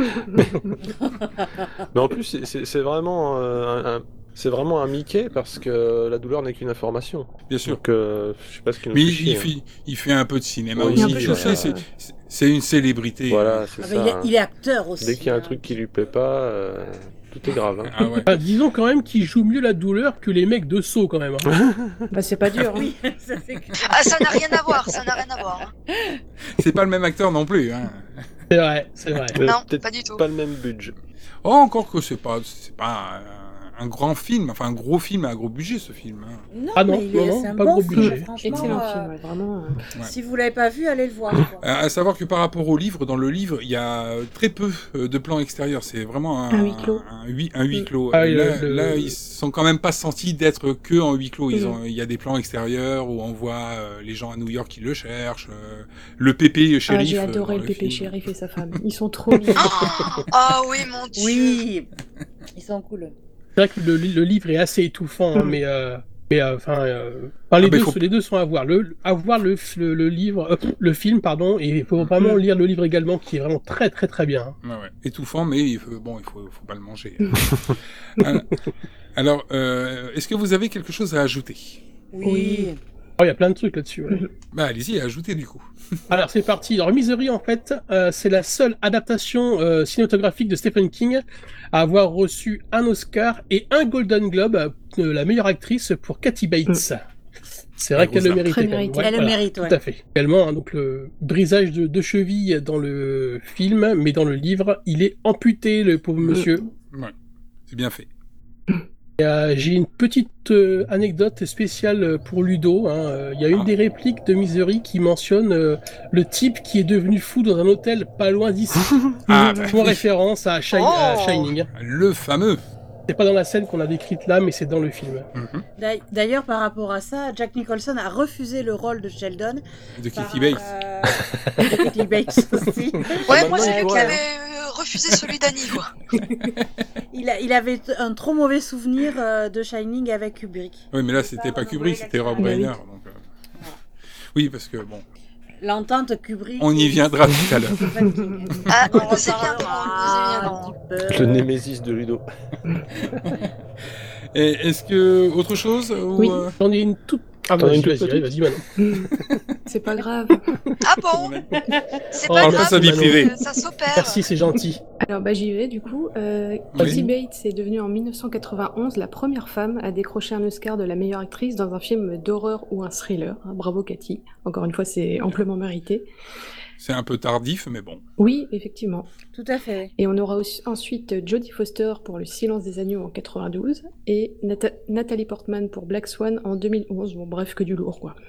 S5: Mais en plus, c'est- c'est c'est vraiment euh, un, un- c'est vraiment un Mickey parce que la douleur n'est qu'une information.
S1: Bien sûr.
S5: Donc, euh, je sais pas ce qu'il nous
S1: Mais
S5: fait
S1: il,
S5: chier,
S1: il
S5: hein.
S1: fait, il fait un peu de cinéma
S5: Oui,
S1: aussi.
S5: un peu de
S1: Tu
S5: choses,
S1: sais,
S5: euh,
S1: c'est- c'est- c'est une célébrité.
S5: Voilà, c'est
S14: Ah,
S5: ça.
S14: mais il, est, il est acteur aussi.
S5: Dès qu'il y a un
S14: hein.
S5: truc qui lui plaît pas, euh, tout est grave. hein.
S1: Ah ouais.
S3: Enfin, disons quand même qu'il joue mieux la douleur que les mecs de Sceaux quand même. hein.
S2: Bah c'est pas dur. hein.
S14: Oui, ça c'est clair.
S4: Ah, ça n'a rien à voir, ça n'a rien à voir. hein.
S1: C'est pas le même acteur non plus. Hein.
S3: C'est vrai, c'est vrai.
S5: Euh,
S4: Non,
S5: peut-être
S4: pas du tout.
S5: Pas le même budget.
S1: Oh, encore que c'est pas, c'est pas un, un grand film, enfin un gros film à un gros budget ce film. hein.
S14: Non,
S3: Ah non,
S14: mais il
S3: non,
S14: est,
S3: non,
S14: c'est un
S3: pas
S14: bon
S3: gros
S14: film,
S3: budget.
S14: franchement.
S2: Excellent
S14: euh,
S2: film, ouais, vraiment. euh.
S1: Ouais.
S14: Si vous l'avez pas vu, allez le voir. quoi.
S1: Euh, à savoir que par rapport au livre, dans le livre, il y a très peu euh, de plans extérieurs. C'est vraiment un,
S2: Un huis clos.
S1: Un, huis, un huis clos.
S3: Ah,
S1: Euh,
S3: oui,
S1: là,
S3: le- le-
S1: là, ils sont quand même pas sentis d'être que en huis clos. Ils
S2: Mhm.
S1: ont, il y a des plans extérieurs où on voit euh, les gens à New York qui le cherchent, euh, le pépé
S2: Ah,
S1: shérif.
S2: j'ai
S1: euh,
S2: adoré
S1: dans
S2: le pépé
S1: film.
S2: shérif et sa femme. Ils sont trop mignons.
S4: Ah ah oui, mon dieu.
S14: Oui, ils sont cool.
S3: C'est vrai que le, le livre est assez étouffant, hein,
S2: Mm.
S3: mais euh, mais euh, enfin, euh, enfin, les
S1: Ah, bah,
S3: deux,
S1: il faut-
S3: les deux sont à voir. Le, à voir le, le, le livre, euh, le film, pardon, et il faut vraiment
S2: Mm.
S3: lire le livre également, qui est vraiment très très très bien. hein.
S1: Ouais, ouais. Étouffant, mais il faut, bon, il faut, faut pas le manger. alors, alors, euh, est-ce que vous avez quelque chose à ajouter?
S14: Oui.
S3: Oh, il y a plein de trucs là-dessus. ouais.
S1: Bah, allez-y, ajoutez du coup.
S3: Alors c'est parti. Alors Misery en fait, euh, c'est la seule adaptation euh, cinématographique de Stephen King à avoir reçu un Oscar et un Golden Globe de la meilleure actrice pour Kathy Bates. C'est vrai
S1: Elle
S3: qu'elle
S1: vous
S3: le
S1: a-
S3: méritait.
S2: Très
S3: quand même.
S2: mérité.
S3: Ouais,
S14: Elle le
S3: voilà,
S14: mérite, ouais.
S3: Tout à fait. Également, hein, donc le brisage de deux chevilles dans le film, mais dans le livre, il est amputé, le pauvre monsieur.
S1: Ouais, c'est bien fait.
S3: Et, euh, j'ai une petite euh, anecdote spéciale pour Ludo. hein. Euh, Il y a une
S1: Ah.
S3: des répliques de Misery qui mentionne euh, le type qui est devenu fou dans un hôtel pas loin d'ici.
S1: Ah, bah,
S3: En référence à, Shi- à
S4: Oh.
S3: Shining.
S1: le fameux.
S3: C'est pas dans la scène qu'on a décrite là, mais c'est dans le film.
S1: Mhm.
S14: D'ail- D'ailleurs, par rapport à ça, Jack Nicholson a refusé le rôle de Sheldon.
S1: De
S14: par,
S1: Kathy Bates.
S14: euh, de Kathy Bates aussi.
S4: Ouais, moi j'ai
S14: Ouais,
S4: vu qu'il
S14: ouais.
S4: avait euh, refusé celui d'Annie, quoi.
S14: Il, a- il avait t- un trop mauvais souvenir euh, de Shining avec Kubrick.
S1: Oui, mais là, c'était pas Kubrick, c'était Rob
S2: Ah, bah oui.
S1: Reiner. Donc, euh, oui, parce que bon,
S14: L'entente Kubrick.
S1: on y viendra tout à l'heure.
S14: Stephen King.
S4: Ah,
S14: On
S4: on sait
S14: en
S4: bien,
S14: parlera
S4: on
S14: un
S4: sait
S14: petit peu.
S5: Le némésis de Ludo.
S1: Et est-ce que autre chose ou,
S2: Oui.
S1: euh,
S3: J'en ai une toute. Ah,
S5: T'en as
S3: vas-y,
S5: une toute
S3: vas-y,
S5: petite
S3: vas-y, Manon.
S2: C'est pas grave.
S4: Ah bon C'est
S3: Oh,
S4: pas
S3: on
S4: grave,
S3: passe sa vie
S4: euh,
S1: privée.
S4: ça s'opère.
S3: Merci, c'est gentil.
S2: Alors bah j'y vais du coup. Euh, Kathy Bates est devenue en mille neuf cent quatre-vingt-onze la première femme à décrocher un Oscar de la meilleure actrice dans un film d'horreur ou un thriller. Hein, bravo Cathy. Encore une fois, c'est amplement mérité.
S1: c'est un peu tardif, mais bon.
S2: Oui, effectivement.
S14: Tout à fait.
S2: Et on aura aussi, ensuite Jodie Foster pour Le Silence des agneaux en quatre-vingt-douze et Nata- Nathalie Portman pour Black Swan en deux mille onze. Bon bref, que du lourd quoi.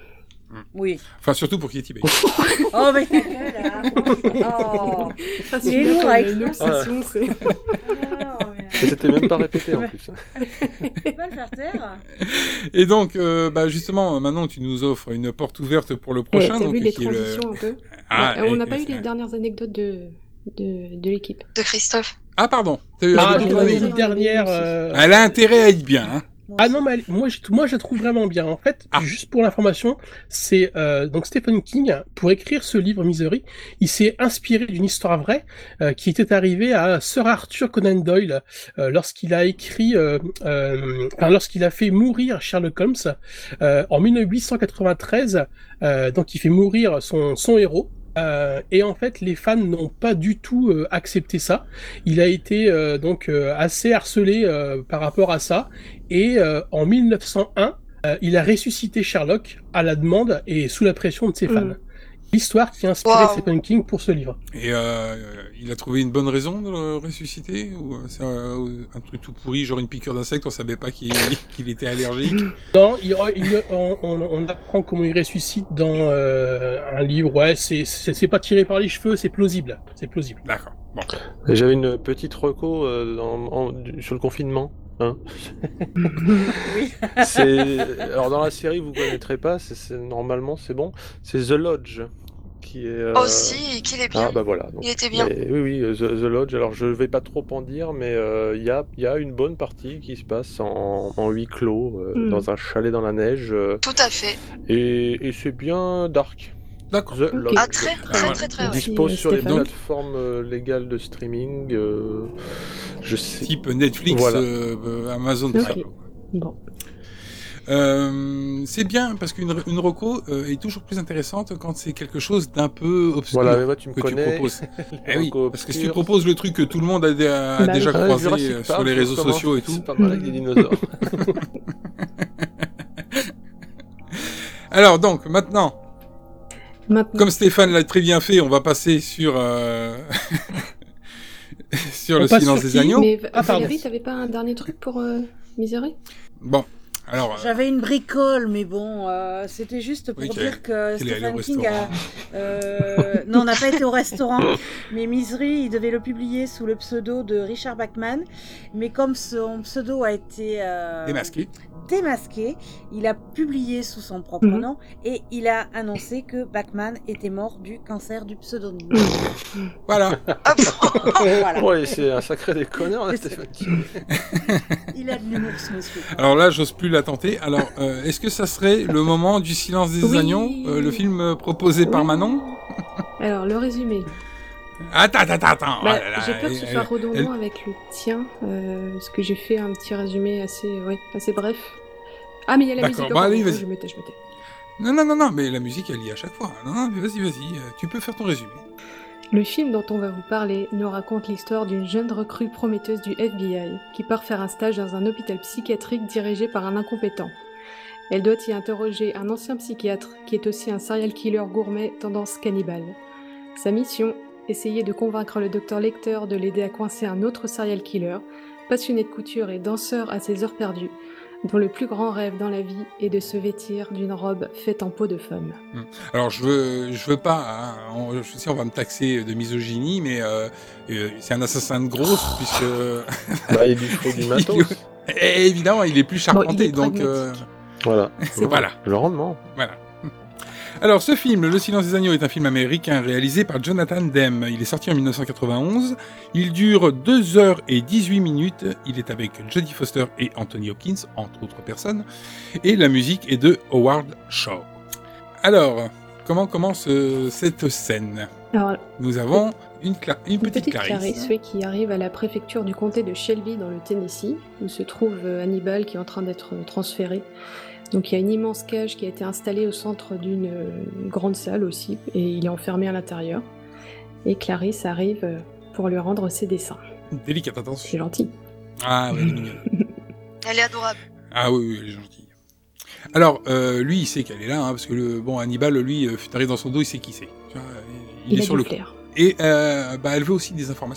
S14: Oui.
S1: Enfin, surtout pour Katy Bates.
S14: Oh, mais ta gueule, hein. Oh.
S2: Ça,
S14: Il
S2: c'est
S14: est
S2: bien
S14: lourd
S2: comme
S14: avec
S2: une obsession, c'est...
S5: Et c'était même pas répété en plus.
S14: Tu vas le faire taire.
S1: Et donc, euh, bah justement, maintenant, tu nous offres une porte ouverte pour le prochain.
S2: Ouais, t'as
S1: donc,
S2: vu les
S1: qui est le-
S2: transitions un peu
S1: Ah,
S2: Ouais, On
S1: et-
S2: n'a pas
S1: et
S2: eu
S1: c'est-
S2: les dernières anecdotes de, de, de l'équipe.
S4: De Christophe.
S1: Ah, pardon. T'as eu-
S3: Ah,
S1: t'as eu-
S3: j'en avais une dernière. euh,
S1: Elle a intérêt à être bien. Hein.
S3: Ah non, mais elle- moi, je, moi je la trouve vraiment bien. En fait, juste pour l'information, c'est euh, donc Stephen King, pour écrire ce livre Misery, il s'est inspiré d'une histoire vraie euh, qui était arrivée à Sir Arthur Conan Doyle euh, lorsqu'il a écrit, euh, euh, enfin, lorsqu'il a fait mourir Sherlock Holmes euh, en mille huit cent quatre-vingt-treize. Euh, donc, il fait mourir son, son héros. Euh, et en fait, les fans n'ont pas du tout euh, accepté ça. Il a été euh, donc euh, assez harcelé euh, par rapport à ça. Et euh, en mille neuf cent un, euh, il a ressuscité Sherlock à la demande et sous la pression de ses fans.
S2: Mm.
S3: L'histoire qui a inspiré
S4: Wow.
S3: Stephen King pour ce livre.
S1: Et euh, il a trouvé une bonne raison de le ressusciter ou euh, c'est un, un truc tout pourri, genre une piqûre d'insecte, on savait pas qu'il qu'il était allergique.
S3: Non, il, il- on, on, on apprend comment il ressuscite dans euh, un livre. Ouais, c'est c'est c'est pas tiré par les cheveux, c'est plausible. C'est plausible.
S1: D'accord. Bon.
S5: Et j'avais une petite reco euh, en- en- du- sur le confinement. Hein. C'est alors dans la série vous connaîtrez pas, c'est c'est- normalement c'est bon. C'est The Lodge qui est. euh,
S4: Aussi, qu'il est bien.
S5: Ah bah voilà. Donc,
S4: Il était bien.
S5: mais oui oui The, The Lodge. Alors je vais pas trop en dire, mais euh, il y a il y a une bonne partie qui se passe en, en huis clos euh,
S4: Mm.
S5: dans un chalet dans la neige. euh,
S4: Tout à fait.
S5: et, et c'est bien dark.
S1: D'accord.
S5: The Lodge.
S4: Ah, très, très, très, très,
S5: Il
S4: ouais.
S5: dispose
S2: Merci,
S5: sur les
S2: Stéphane.
S5: plateformes euh, légales de streaming. euh, je sais.
S1: Type Netflix,
S5: Voilà.
S1: euh, euh, Amazon
S2: Ok.
S1: Prime.
S2: Bon.
S1: Euh, c'est bien parce qu'une une reco euh, est toujours plus intéressante quand c'est quelque chose d'un peu obscur
S5: Voilà, mais moi, tu me
S1: que
S5: connais.
S1: tu proposes.
S5: Les
S1: Eh oui,
S5: recos
S1: parce que si tu
S5: obscurs.
S1: proposes le truc que tout le monde a, dé- a
S2: Bah
S1: déjà
S2: oui.
S5: Ah,
S1: croisé
S5: Jurassic
S1: euh,
S5: Park,
S1: sur les
S5: je
S1: réseaux
S5: commence,
S1: sociaux et tout.
S5: C'est pas mal avec des dinosaures.
S1: Alors donc maintenant,
S2: Maintenant,
S1: comme Stéphane l'a très bien fait, on va passer sur euh... sur
S3: On
S1: le
S3: passe
S1: silence
S3: sur
S1: des
S3: qui
S1: agneaux.
S2: mais
S3: Ah, pardon.
S2: Valérie, t'avais pas un dernier truc pour euh, Misery
S1: Bon, alors euh,
S14: J'avais une bricole, mais bon, euh, c'était juste pour
S1: Oui, qu'elle-
S14: dire que
S1: qu'elle est allée au
S14: Stephen King a...
S1: restaurant.
S14: euh, non, on n'a pas été au restaurant, mais Misery, il devait le publier sous le pseudo de Richard Bachman, mais comme son pseudo a été euh,
S1: démasqué.
S14: démasqué, il a publié sous son propre
S2: Mhm.
S14: nom et il a annoncé que Bachman était mort du cancer du pseudonyme.
S1: Voilà.
S14: Voilà.
S5: Ouais, c'est un sacré déconneur, hein, Stephen King.
S14: Il a de l'humour, ce monsieur.
S1: Alors là, j'ose plus la tenter. Alors, euh, est-ce que ça serait le moment du silence des
S2: Oui.
S1: agneaux, euh, le film euh, proposé par
S2: Oui.
S1: Manon?
S2: Alors, le résumé.
S1: Attends, attends, attends.
S2: Bah,
S1: Oh là là,
S2: j'ai peur que ce
S1: elle-
S2: soit redondant
S1: elle-
S2: avec le tien, euh, parce que j'ai fait un petit résumé assez, ouais, assez bref. Ah, mais il y a la
S1: D'accord,
S2: musique.
S1: bon,
S2: encore,
S1: allez,
S2: donc,
S1: vas-y.
S2: Je me tais, je me tais.
S1: Non, non, non, non, mais la musique, elle y est à chaque fois. Non, non, mais vas-y, vas-y, euh, tu peux faire ton résumé.
S2: Le film dont on va vous parler nous raconte l'histoire d'une jeune recrue prometteuse du F B I qui part faire un stage dans un hôpital psychiatrique dirigé par un incompétent. Elle doit y interroger un ancien psychiatre qui est aussi un serial killer gourmet tendance cannibale. Sa mission, essayer de convaincre le docteur Lecter de l'aider à coincer un autre serial killer, passionné de couture et danseur à ses heures perdues, dont le plus grand rêve dans la vie est de se vêtir d'une robe faite en peau de femme.
S1: Hmm. Alors, je veux, je veux pas, hein, on- je sais, on va me taxer de misogynie, mais euh, euh, c'est un assassin de grosse, puisque...
S5: Bah, il lui faut du matos.
S1: Et évidemment, il est plus charpenté,
S2: Bon, il est
S1: donc... euh,
S5: Voilà.
S1: Voilà.
S5: Le rendement.
S1: Voilà. Alors, ce film, Le Silence des Agneaux, est un film américain réalisé par Jonathan Demme. Il est sorti en mille neuf cent quatre-vingt-onze. Il dure deux heures et dix-huit minutes. Il est avec Jodie Foster et Anthony Hopkins, entre autres personnes. Et la musique est de Howard Shore. Alors, comment commence euh, cette scène?
S2: Alors,
S1: Nous avons une, cla- une
S2: Une
S1: petite,
S2: petite
S1: Clarisse.
S2: Clarisse, oui, qui arrive à la préfecture du comté de Shelby dans le Tennessee, où se trouve euh, Hannibal qui est en train d'être euh, transféré. Donc il y a une immense cage qui a été installée au centre d'une euh, grande salle aussi, et il est enfermé à l'intérieur. Et Clarisse arrive euh, pour lui rendre ses dessins.
S1: Délicate attention.
S2: C'est gentil.
S1: Ah, ouais, elle est mignonne.
S4: Elle est adorable.
S1: Ah oui, oui, elle est gentille. Alors, euh, lui, il sait qu'elle est là, hein, parce que le bon Hannibal, lui, euh, fut arrivé dans son dos, il sait qui c'est. Tu vois, il,
S2: Il
S1: est
S2: a
S1: sur
S2: du
S1: le
S2: flair.
S1: coup. Et euh, bah, elle veut aussi des informations.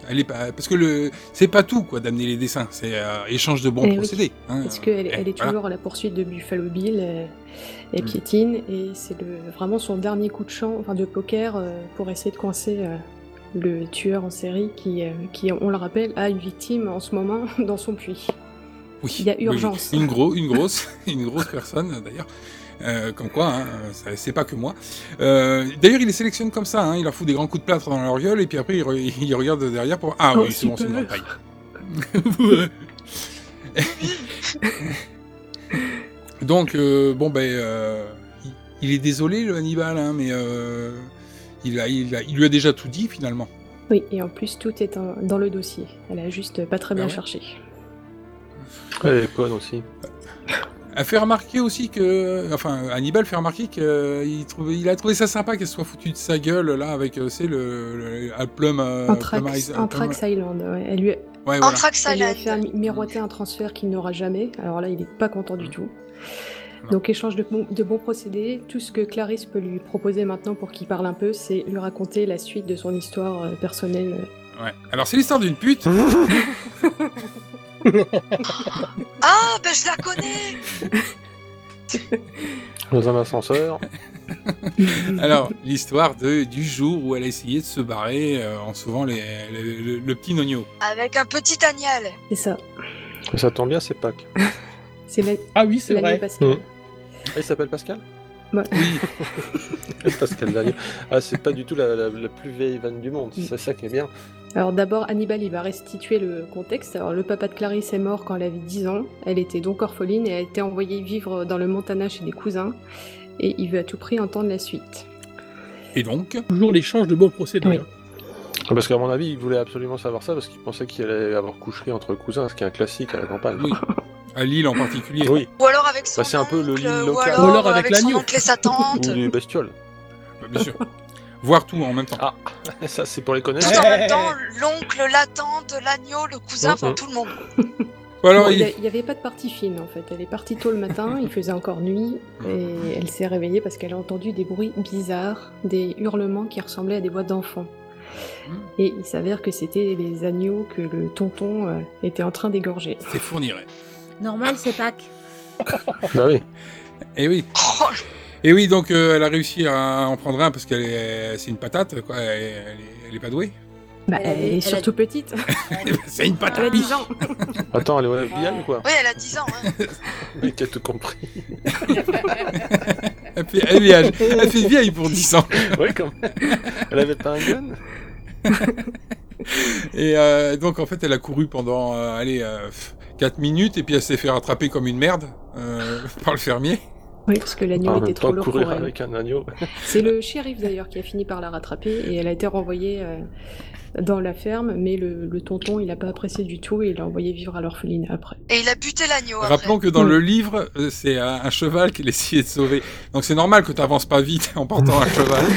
S1: Elle est pas parce que le c'est pas tout quoi d'amener les dessins, c'est euh, échange de bons
S2: Eh oui.
S1: procédés. Hein,
S2: Parce qu'elle
S1: euh,
S2: elle est
S1: voilà.
S2: toujours à la poursuite de Buffalo Bill euh, et
S1: Mm.
S2: piétine, et c'est le, vraiment son dernier coup de champ, enfin de poker, euh, pour essayer de coincer euh, le tueur en série qui, euh, qui, on le rappelle, a une victime en ce moment dans son puits.
S1: Oui.
S2: Il y a
S1: oui,
S2: urgence.
S1: oui. Une gros, une grosse, une grosse personne d'ailleurs. Euh, comme quoi, hein, ça- c'est pas que moi. Euh, d'ailleurs, il les sélectionne comme ça. Hein, il leur fout des grands coups de plâtre dans leur gueule et puis après, il, re- il regarde derrière pour. Ah
S2: Oh,
S1: oui, c'est bon, c'est une
S2: super.
S1: grande taille. Donc, euh, bon, ben, euh, il, il est désolé, le Hannibal, hein, mais euh, il, a, il, a- il lui a déjà tout dit finalement.
S2: Oui, et en plus, tout est en- dans le dossier. Elle a juste pas très bien
S1: Ah ouais.
S2: cherché.
S5: Elle est conne aussi.
S1: Elle fait remarquer aussi que, enfin, Hannibal fait remarquer qu'il trouvait, il a trouvé ça sympa qu'elle soit foutue de sa gueule là avec, euh, c'est le, le, le Plum, euh,
S2: Anthrax,
S1: Plum Eyes-
S2: Anthrax Island, ouais. Elle lui, a-
S1: Ouais, voilà.
S4: Anthrax
S2: elle lui a
S4: Island.
S2: fait un- miroiter un transfert qu'il n'aura jamais. Alors là, il est pas content du tout.
S1: Non.
S2: Donc échange de, bon- de bons procédés. Tout ce que Clarisse peut lui proposer maintenant pour qu'il parle un peu, c'est lui raconter la suite de son histoire euh, personnelle.
S1: Ouais. Alors c'est l'histoire d'une pute.
S4: Ah, ben je la connais.
S5: Dans un ascenseur.
S1: Alors l'histoire de du jour où elle a essayé de se barrer euh, en sauvant les, les- le, le petit nonio.
S4: Avec un petit Agnel.
S2: C'est ça.
S5: Ça tombe bien, c'est Pâques.
S2: C'est la...
S3: Ah oui, c'est
S2: l'agneau
S3: vrai.
S2: Pascal.
S5: Mmh. Ah, il s'appelle Pascal
S2: Ouais.
S1: Oui.
S5: Pascal Dagneau. Ah, c'est pas du tout la, la- la plus vieille vanne du monde, c'est ça qui est bien.
S2: Alors d'abord, Hannibal, il va restituer le contexte. Alors le papa de Clarisse est mort quand elle avait dix ans. Elle était donc orpheline et a été envoyée vivre dans le Montana chez des cousins. Et il veut à tout prix entendre la suite.
S1: Et donc
S3: Toujours l'échange de bons procédés.
S2: Oui.
S3: hein.
S5: Parce qu'à mon avis, il voulait absolument savoir ça parce qu'il pensait qu'il allait avoir coucherie entre cousins, ce qui est un classique à la campagne.
S1: Oui. À Lille en particulier.
S5: Oui.
S4: Ou alors avec son
S5: Bah, c'est un peu le
S4: oncle,
S5: Lille
S4: ou
S5: local.
S4: alors,
S3: Ou alors
S4: euh,
S3: avec
S4: avec son
S3: l'agneau.
S4: oncle et sa tante.
S5: Ou des bestioles.
S1: Bah, bien sûr. Voir tout en même temps.
S5: Ah, ça c'est pour les connaître.
S4: Tout en même temps, l'oncle, la tante, l'agneau, le cousin, enfin
S5: Mhm.
S4: tout le monde.
S1: Bon, alors,
S2: Bon,
S1: il-
S2: il n'y avait pas de partie fine en fait. Elle est partie tôt le matin, il faisait encore nuit, et elle s'est réveillée parce qu'elle a entendu des bruits bizarres, des hurlements qui ressemblaient à des voix d'enfants. Et il s'avère que c'était les agneaux que le tonton euh, était en train d'égorger.
S1: c'est fournirait.
S14: Normal, c'est Pâques.
S5: Bah oui.
S1: Et oui.
S4: Oh,
S1: Et oui, donc euh, elle a réussi à en prendre un parce qu'elle est, c'est une patate, quoi. Elle, est- elle est, elle est pas douée.
S2: Bah,
S14: Elle
S2: elle,
S14: a-
S2: est
S14: elle a-
S2: surtout petite.
S1: c'est une
S2: Elle a
S1: patate.
S2: dix ans.
S5: Attends, elle est au F B I ou quoi
S4: oui, elle a dix ans. Hein.
S5: Le mec a tout compris.
S1: Elle fait, elle, est âge- elle fait vieille pour dix ans.
S5: Ouais, comme. Elle avait pas un gun.
S1: Et euh, donc en fait, elle a couru pendant, euh, allez, euh, quatre minutes et puis elle s'est fait rattraper comme une merde euh, par le fermier.
S2: Oui, parce que l'agneau
S5: En
S2: était
S5: même
S2: trop
S5: temps,
S2: lourd pour
S5: courir
S2: elle.
S5: avec un agneau.
S2: C'est le shérif d'ailleurs qui a fini par la rattraper et elle a été renvoyée euh, dans la ferme, mais le, le tonton il n'a pas apprécié du tout et il l'a envoyée vivre à l'orpheline après.
S4: Et il a buté l'agneau après.
S1: Rappelons que dans le livre, euh, c'est un, un cheval qu'elle essayait de sauver. Donc c'est normal que tu avances pas vite en portant un cheval.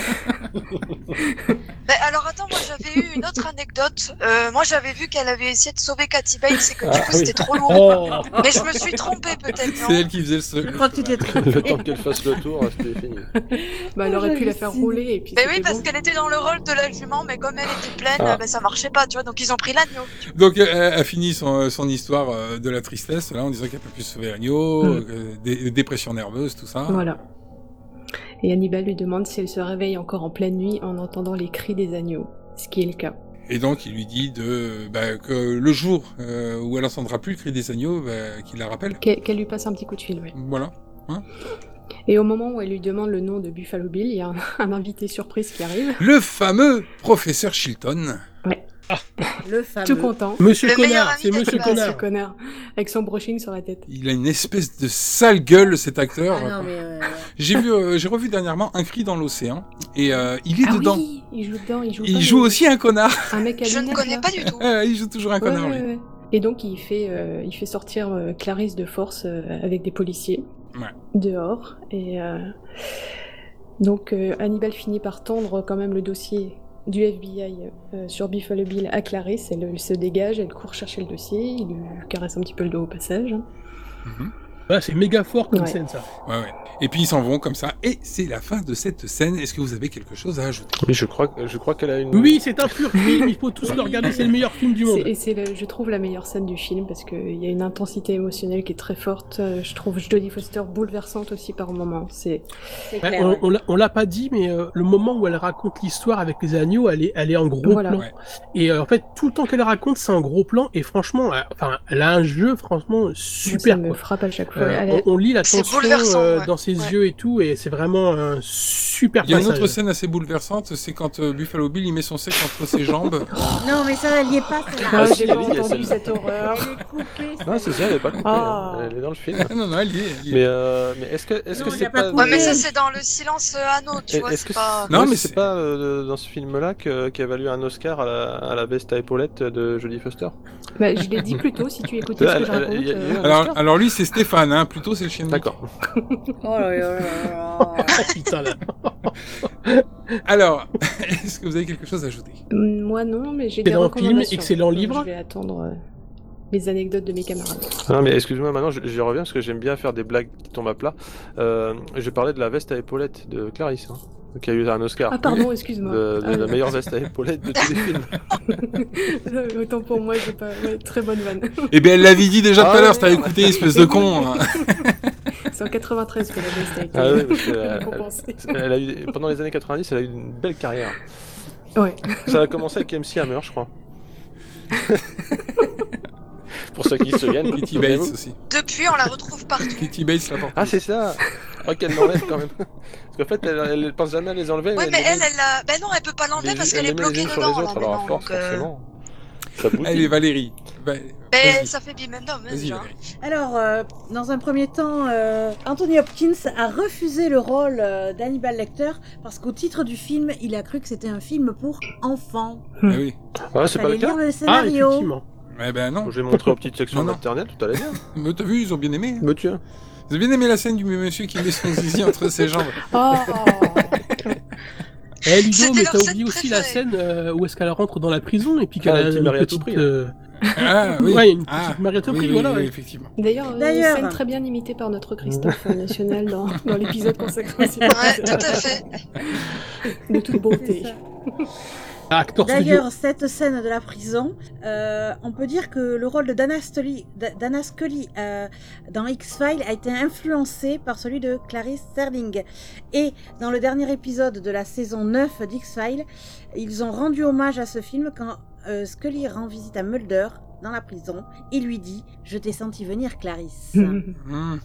S4: Mais alors attends, moi j'avais eu une autre anecdote. Euh, moi j'avais vu qu'elle avait essayé de sauver Cathy Bates et que du coup
S5: oui.
S4: c'était trop lourd.
S3: Oh.
S4: Mais je me suis trompée peut-être,
S1: C'est
S4: non
S1: elle qui faisait le
S14: Je
S1: secret.
S14: crois que tu t'es trompé.
S5: Le temps qu'elle fasse le tour, c'était fini.
S2: Bah, elle
S14: Oh,
S2: aurait pu la
S14: j'hallucine.
S2: faire rouler et puis
S4: Mais
S2: c'était
S4: oui, parce
S2: bon.
S4: qu'elle était dans le rôle de la jument, mais comme elle était pleine,
S5: Ah.
S4: ben, ça marchait pas, tu vois. Donc ils ont pris l'agneau.
S1: Donc elle elle a fini son, son histoire euh, de la tristesse, là, en disant qu'elle peut plus sauver l'agneau,
S2: Mm.
S1: euh, que des, dépression nerveuse, tout ça.
S2: Voilà. Et Hannibal lui demande si elle se réveille encore en pleine nuit en entendant les cris des agneaux, ce qui est le cas.
S1: Et donc il lui dit de bah, que le jour euh, où elle entendra plus le cri des agneaux, bah, qu'il la rappelle.
S2: Qu'elle qu'elle lui passe un petit coup de fil, oui.
S1: Voilà. Hein.
S2: Et au moment où elle lui demande le nom de Buffalo Bill, il y a un, un invité surprise qui arrive.
S1: Le fameux professeur Chilton.
S2: Ouais.
S14: Le fameux.
S2: Tout content.
S3: Monsieur
S4: Le meilleur
S3: Connard,
S4: ami
S3: c'est
S4: des
S3: Monsieur
S4: classes.
S2: Ce
S3: Connard.
S2: connard, avec son brushing sur la tête.
S1: Il a une espèce de sale gueule, cet acteur.
S14: Ah non, mais. euh,
S1: J'ai vu, euh, j'ai revu dernièrement Un cri dans l'océan et euh, il est
S2: Ah
S1: dedans.
S2: oui, il joue dedans, il joue
S1: Il
S2: pas
S1: joue
S2: le-
S1: aussi un connard.
S2: un mec à
S4: Je ne
S2: lunettes,
S4: connais
S2: là.
S4: pas du tout.
S1: Euh, il joue toujours un
S2: Ouais,
S1: connard,
S2: ouais,
S1: lui.
S2: ouais. Et donc il fait, euh, il fait sortir euh, Clarisse de force euh, avec des policiers
S1: Ouais.
S2: dehors. Et euh, donc euh, Hannibal finit par tendre quand même le dossier du F B I euh, sur Buffalo Bill à Clarisse. Elle, elle se dégage, elle court chercher le dossier, il lui caresse un petit peu le dos au passage.
S1: Mhm.
S3: Voilà, c'est méga fort comme
S2: Ouais.
S3: scène, ça.
S1: Ouais, ouais. Et puis ils s'en vont comme ça. Et c'est la fin de cette scène. Est-ce que vous avez quelque chose à ajouter?
S5: Oui, je crois, je crois qu'elle a une.
S3: Oui, c'est un pur film, il faut tous le regarder, c'est le meilleur film du monde.
S2: C'est- Et c'est, le- je trouve, la meilleure scène du film parce qu'il y a une intensité émotionnelle qui est très forte. Euh, Je trouve Jodie Foster bouleversante aussi par moments. C'est
S3: Ouais, on, on l'a- on l'a pas dit, mais euh, le moment où elle raconte l'histoire avec les agneaux, elle est, elle est en gros
S2: Voilà.
S3: plan.
S2: Ouais.
S3: Et euh, en fait, tout le temps qu'elle raconte, c'est en gros plan. Et franchement, euh, enfin, elle a un jeu franchement super.
S2: ça me
S3: quoi.
S2: frappe à chaque fois.
S3: Euh,
S2: Elle est-
S3: on, on lit la
S2: C'est
S3: tension
S2: bouleversant,
S3: euh,
S2: ouais.
S3: dans ses
S2: Ouais.
S3: yeux et tout, et c'est vraiment un super
S1: Il y a une
S3: passage.
S1: autre scène assez bouleversante, c'est quand euh, Buffalo Bill il met son sec entre ses jambes.
S14: Non, mais ça, elle y est pas. celle-là.
S2: Ah,
S5: si,
S2: j'ai
S5: elle
S2: pas
S5: y est, il y a
S2: entendu
S5: celle-là.
S2: cette horreur.
S14: Elle est coupée.
S5: Non, c'est ça, elle est pas coupée.
S2: Ah.
S5: Elle est dans le film.
S1: non, non, elle y est. elle y est.
S5: Mais, euh, mais est-ce que, est-ce
S14: Non,
S5: que
S14: il y
S5: c'est
S14: a pas
S5: pas.
S14: coupé.
S4: Ouais, mais ça, c'est dans le silence euh, anneau, tu vois,
S5: Est-ce
S4: c'est
S5: que
S4: pas...
S1: Non,
S5: non,
S1: mais
S5: mais
S1: c'est-
S5: c'est pas euh, dans ce film-là que- qui a valu un Oscar à la, à la veste à épaulettes de Jodie Foster?
S2: Bah, je l'ai dit plus tôt, si tu écoutais ce que je
S5: Elle- elle-
S2: raconte.
S5: il y a- il y a eu
S2: euh,
S5: un
S1: Alors,
S5: Oscar
S1: alors lui c'est Stéphane, hein, plutôt c'est le chien de Mickey.
S5: D'accord.
S14: Oh là là là là.
S3: Putain, là.
S1: Alors, est-ce que vous avez quelque chose à ajouter?
S2: Moi non, mais j'ai des
S3: Excellent film,
S2: recommandations.
S3: excellent
S2: Donc,
S3: livre.
S2: Je vais attendre euh, les anecdotes de mes camarades.
S5: Ah non, mais excuse-moi, maintenant je- j'y reviens parce que j'aime bien faire des blagues qui tombent à plat. Euh, je parlais de la veste à épaulettes de Clarisse, hein, qui a eu un Oscar.
S2: Ah pardon, excuse-moi.
S5: De, de
S2: Ah,
S5: la
S2: oui.
S5: meilleure veste à épaulettes de tous les films.
S2: Autant pour moi, j'ai pas. Ouais, très bonne vanne.
S1: Eh bien, elle l'avait dit déjà tout à
S5: Ah,
S1: l'heure, si t'avais
S5: merde.
S1: écouté, espèce de con. hein.
S2: C'est en quatre-vingt-treize que la veste a été
S5: Ah oui, parce que, euh,
S2: compensée.
S5: elle, elle a eu, pendant les années quatre-vingt-dix, elle a eu une belle carrière.
S2: Ouais.
S5: Ça a commencé avec M C Hammer, je crois. Pour ceux qui se souviennent.
S1: Kitty Bates aussi.
S4: Depuis, on la retrouve partout.
S1: Kitty Bates l'a porté.
S5: Ah, c'est ça. Oh, qu'elle l'enlève quand même. Parce qu'en fait, elle, elle pense jamais à les enlever.
S4: Ouais, mais
S5: les
S4: elle,
S5: met-
S4: elle a... Ben non, elle peut pas l'enlever
S5: les-
S4: parce
S5: elle
S4: qu'elle
S5: les
S4: est
S5: met les
S4: bloquée
S5: unes sur les
S4: dedans, là,
S5: autres, alors à
S4: maintenant.
S5: force,
S4: Donc, euh,
S5: forcément. Ça boutille.
S1: Allez, Valérie. Va-
S4: ben,
S1: vas-y.
S4: ça fait Bimendum, hein,
S1: Vas-y,
S4: déjà.
S1: Valérie.
S14: Alors, euh, dans un premier temps, euh, Anthony Hopkins a refusé le rôle euh, d'Hannibal Lecter parce qu'au titre du film, il a cru que c'était un film pour enfants.
S1: Ah oui.
S5: Ouais, c'est pas
S14: Fallait
S5: le cas.
S14: lire le
S3: Ah,
S14: scénario.
S3: effectivement.
S1: Eh ben non.
S5: Je vais montrer aux petites sections
S1: Non, non.
S5: maternelles, tout allait bien.
S1: Mais t'as vu, ils ont bien aimé. hein.
S5: Mais tu
S1: Ils ont bien aimé la scène du monsieur qui met son zizi entre ses jambes.
S2: Oh.
S3: Eh Ludo,
S4: C'était
S3: mais
S4: leur
S3: t'as
S4: scène
S3: oublié aussi la
S4: préférée.
S3: scène euh, où est-ce qu'elle rentre dans la prison et puis qu'elle
S5: Ah,
S3: a
S5: la petite
S3: une
S5: Marie à tout
S3: petite...
S5: prix, là.
S3: euh,
S1: Ah oui.
S3: Ouais, une petite
S1: Ah,
S3: Marie à tout
S1: oui,
S3: prix,
S1: oui,
S3: voilà,
S1: oui,
S3: ouais.
S1: effectivement.
S2: D'ailleurs, une
S14: D'ailleurs.
S2: scène très bien imitée par notre Christophe national dans, dans l'épisode consacré aussi.
S4: Ouais, tout à fait.
S2: De toute beauté.
S14: C'est ça.
S3: Ah, acteur studio.
S14: D'ailleurs, cette scène de la prison, euh, on peut dire que le rôle de Dana Scully, Dana Scully euh, dans X-Files a été influencé par celui de Clarice Sterling. Et dans le dernier épisode de la saison neuf d'X-Files, ils ont rendu hommage à ce film quand euh, Scully rend visite à Mulder dans la prison et lui dit « Je t'ai senti venir, Clarice ».
S1: Hum, hum.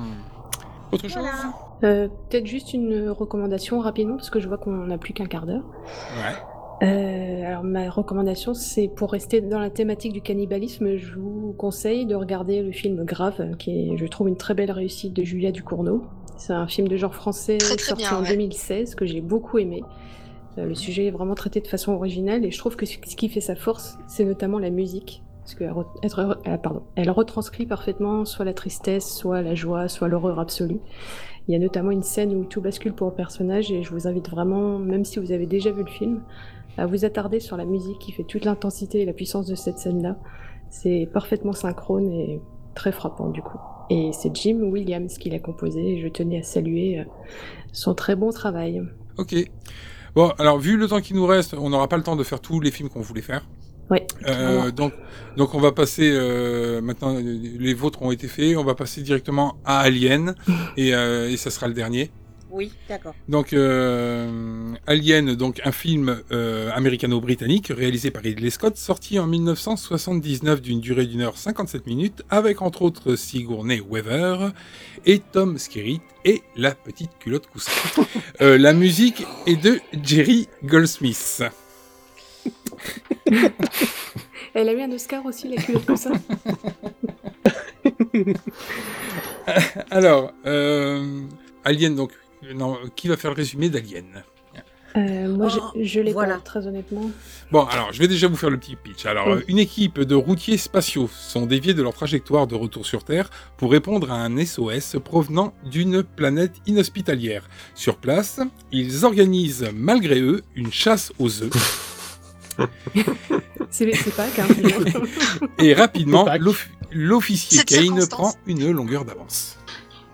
S1: Autre chose?
S14: Voilà.
S2: Euh, Peut-être juste une recommandation rapidement parce que je vois qu'on n'a plus qu'un quart d'heure.
S1: Ouais.
S2: Euh, alors ma recommandation, c'est pour rester dans la thématique du cannibalisme, je vous conseille de regarder le film Grave, qui est, je trouve, une très belle réussite de Julia Ducournau. C'est un film de genre français
S4: Très, très
S2: sorti
S4: bien,
S2: en
S4: ouais.
S2: deux mille seize que j'ai beaucoup aimé. Euh, le sujet est vraiment traité de façon originale et je trouve que ce ce qui fait sa force, c'est notamment la musique. Parce qu'elle re- être- euh, pardon, elle retranscrit parfaitement soit la tristesse, soit la joie, soit l'horreur absolue. Il y a notamment une scène où tout bascule pour un personnage et je vous invite vraiment, même si vous avez déjà vu le film, à vous attarder sur la musique qui fait toute l'intensité et la puissance de cette scène-là. C'est parfaitement synchrone et très frappant du coup. Et c'est Jim Williams qui l'a composé et je tenais à saluer euh, son très bon travail.
S1: Ok. Bon, alors vu le temps qui nous reste, on n'aura pas le temps de faire tous les films qu'on voulait faire.
S2: Ouais.
S1: Euh, donc, donc on va passer euh, maintenant. Les vôtres ont été faits. On va passer directement à Alien et, euh, et ça sera le dernier.
S14: Oui, d'accord.
S1: Donc euh, Alien, donc un film euh, américano-britannique réalisé par Ridley Scott, sorti en mille neuf cent soixante-dix-neuf d'une durée d'une heure cinquante-sept minutes, avec entre autres Sigourney Weaver et Tom Skerritt et la petite culotte coussin. euh, la musique est de Jerry Goldsmith.
S2: Elle a eu un Oscar aussi, la culotte comme ça.
S1: Alors, euh, Alien, donc, non, qui va faire le résumé d'Alien?
S2: Euh, moi,
S14: Oh,
S2: je, je l'ai
S14: voilà.
S2: pas, très honnêtement.
S1: Bon, alors, je vais déjà vous faire le petit pitch. Alors,
S2: Oui.
S1: euh, une équipe de routiers spatiaux sont déviés de leur trajectoire de retour sur Terre pour répondre à un S O S provenant d'une planète inhospitalière. Sur place, ils organisent, malgré eux, une chasse aux œufs.
S2: C'est c'est pas qu'un film.
S1: Et rapidement,
S3: Pâques.
S1: l'off- l'officier
S4: C'est de
S1: Kane
S4: circonstance.
S1: prend une longueur d'avance.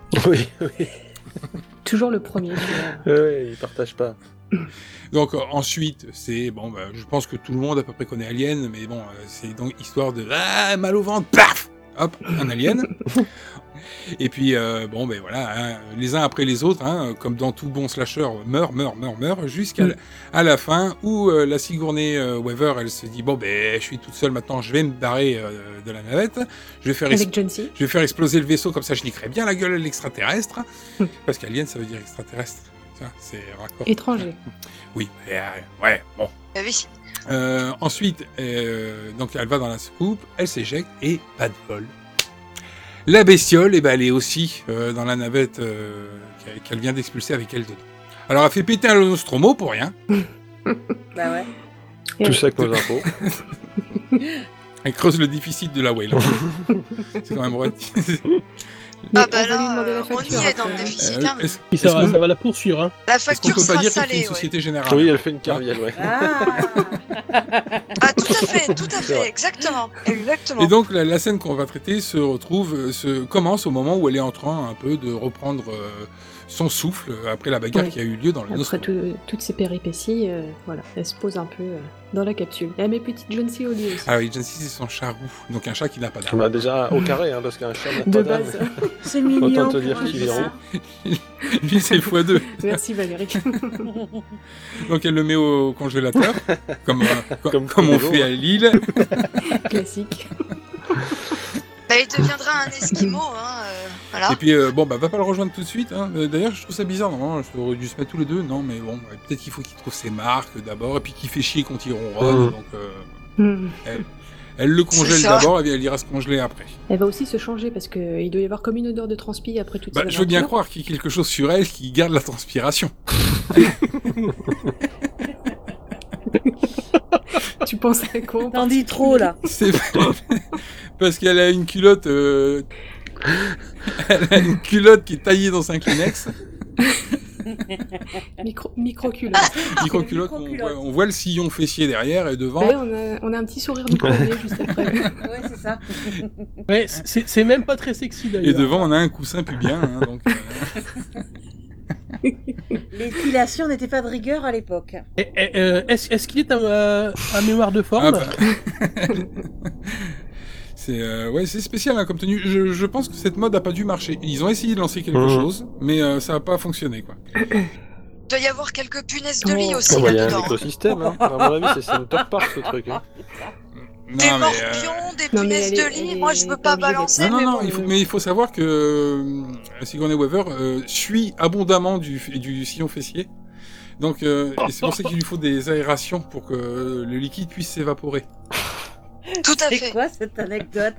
S5: Oui, oui.
S2: Toujours le premier.
S5: Ouais, il partage pas.
S1: Donc euh, ensuite, c'est bon, bah, je pense que tout le monde à peu près connaît Alien, mais bon, euh, c'est donc histoire de ah, mal au ventre, paf, hop, un alien. Et puis euh, bon, ben voilà, hein, les uns après les autres, hein, comme dans tout bon slasher, meurt, meurt, meurt, meurt, jusqu'à
S2: Mm.
S1: l- à la fin où euh, la Sigourney euh, Weaver, elle se dit bon ben, je suis toute seule maintenant, je vais me barrer euh, de la navette, je vais faire, ex-
S2: Avec John C.
S1: je vais faire exploser le vaisseau comme ça, je niquerai bien la gueule à l'extraterrestre, parce qu'alien ça veut dire extraterrestre. Ça, c'est raccord.
S2: Étranger.
S1: Oui, mais, euh, ouais, bon.
S4: Ah oui.
S1: Euh, ensuite, euh, donc elle va dans la soucoupe, elle s'éjecte et pas de bol. La bestiole, eh ben, elle est aussi euh, dans la navette euh, qu'elle- qu'elle vient d'expulser avec elle dedans. Alors elle fait péter un Nostromo pour rien.
S14: Bah ouais.
S5: Tout ça avec nos impôts.
S1: Elle creuse le déficit de la whale. C'est quand même relatif.
S4: Ah
S2: on
S4: bah
S2: va lui demander
S4: là,
S2: la
S4: euh, on
S2: facture
S4: y est dans le
S2: après.
S4: déficit.
S1: Euh,
S4: hein.
S1: est-ce
S3: Puis ça,
S1: est-ce
S3: va,
S1: qu'on-
S3: ça va la poursuivre. Hein.
S4: La
S1: est-ce qu'on
S4: facture
S1: peut pas
S4: sera
S1: dire qu'il fait
S4: salée.
S1: une
S4: Ouais.
S1: société générale?
S5: Oui, elle fait une carrière, ouais.
S14: Ah
S4: Ah tout à fait, tout à
S5: C'est
S4: fait,
S5: vrai.
S4: exactement, exactement.
S1: Et donc la, la scène qu'on va traiter se retrouve, euh, se commence au moment où elle est en train un peu de reprendre euh, son souffle euh, après la bagarre
S2: Ouais.
S1: qui a eu lieu dans le
S2: Après
S1: Nostromo.
S2: tout- toutes ces péripéties, euh, voilà, elle se pose un peu euh, dans la capsule. Elle met petite John C. au lit aussi.
S1: Ah oui, John C, c'est son chat roux, donc un chat qui n'a pas d'arme.
S5: Bah, déjà au carré, hein, parce qu'un chat n'a
S2: De
S5: pas d'âme.
S2: base.
S14: C'est mignon.
S5: Autant te dire
S14: Ouais,
S5: qu'il est
S14: c'est
S5: roux.
S14: ça.
S1: Lui, c'est fois deux.
S2: Merci Valérie.
S1: Donc elle le met au congélateur, comme, euh, co-
S5: Comme
S1: comme
S5: tous
S1: on
S5: les
S1: fait à Lille.
S2: Classique.
S4: Bah, il deviendra un esquimau, hein, euh, voilà.
S1: Et puis euh, bon, bah va pas le rejoindre tout de suite. Hein. Euh, D'ailleurs, je trouve ça bizarre. Normalement, je aurais dû se mettre tous les deux. Non, mais bon, ouais, peut-être qu'il faut qu'il trouve ses marques d'abord, et puis qu'il fait chier quand il ronronne.
S5: Mmh.
S1: Donc euh,
S2: Hmm.
S1: elle, elle le congèle
S4: C'est ça.
S1: d'abord, et puis elle ira se congeler après.
S2: Elle va aussi se changer parce qu'il doit y avoir comme une odeur de transpi après toute
S1: Bah,
S2: cette
S1: je veux bien
S2: aventure.
S1: croire qu'il y a quelque chose sur elle qui garde la transpiration.
S2: Tu penses à quoi en
S14: T'en dis trop là.
S1: C'est parce qu'elle a une culotte. euh, Elle a une culotte qui est taillée dans un Kleenex.
S2: Micro, micro culotte.
S1: Micro culotte, on voit, on voit le sillon fessier derrière et devant.
S2: Ouais, on, a, on a un petit sourire du premier juste après.
S14: Ouais, c'est ça.
S3: Ouais, c'est c'est même pas très sexy
S1: Et
S3: d'ailleurs.
S1: devant, on a un coussin pubien. Hein, donc, euh,
S14: L'épilation n'était pas de rigueur à l'époque.
S3: Et- et, euh, Est-ce est-ce qu'il est à, à mémoire de forme?
S1: Ah bah. C'est euh, ouais, c'est spécial hein, comme tenue. Je, je pense que cette mode a pas dû marcher. Ils ont essayé de lancer quelque
S5: Mmh.
S1: chose, mais euh, ça a pas fonctionné quoi.
S4: Il doit y avoir quelques punaises de lit
S2: Oh.
S4: aussi
S5: Ah, bah, il y a un
S4: là-dedans.
S5: écosystème, hein. À mon avis, c'est Center Park ce truc. Hein.
S1: Non,
S4: Des
S1: mais, euh,
S4: morpions, des
S2: Non, mais
S4: punaises
S2: elle est-
S4: de lit,
S2: elle
S4: moi
S2: est
S4: je veux
S2: pas
S4: pas
S2: obligée
S4: balancer,
S2: d'être-
S1: Non,
S4: mais
S1: non, non,
S4: bon.
S1: il faut, mais il faut savoir que euh, Sigourney Weaver euh, suit abondamment du, du sillon fessier. Donc, euh, et c'est pour ça qu'il lui faut des aérations pour que le liquide puisse s'évaporer.
S4: Tout à
S14: C'est
S4: fait.
S14: quoi cette anecdote?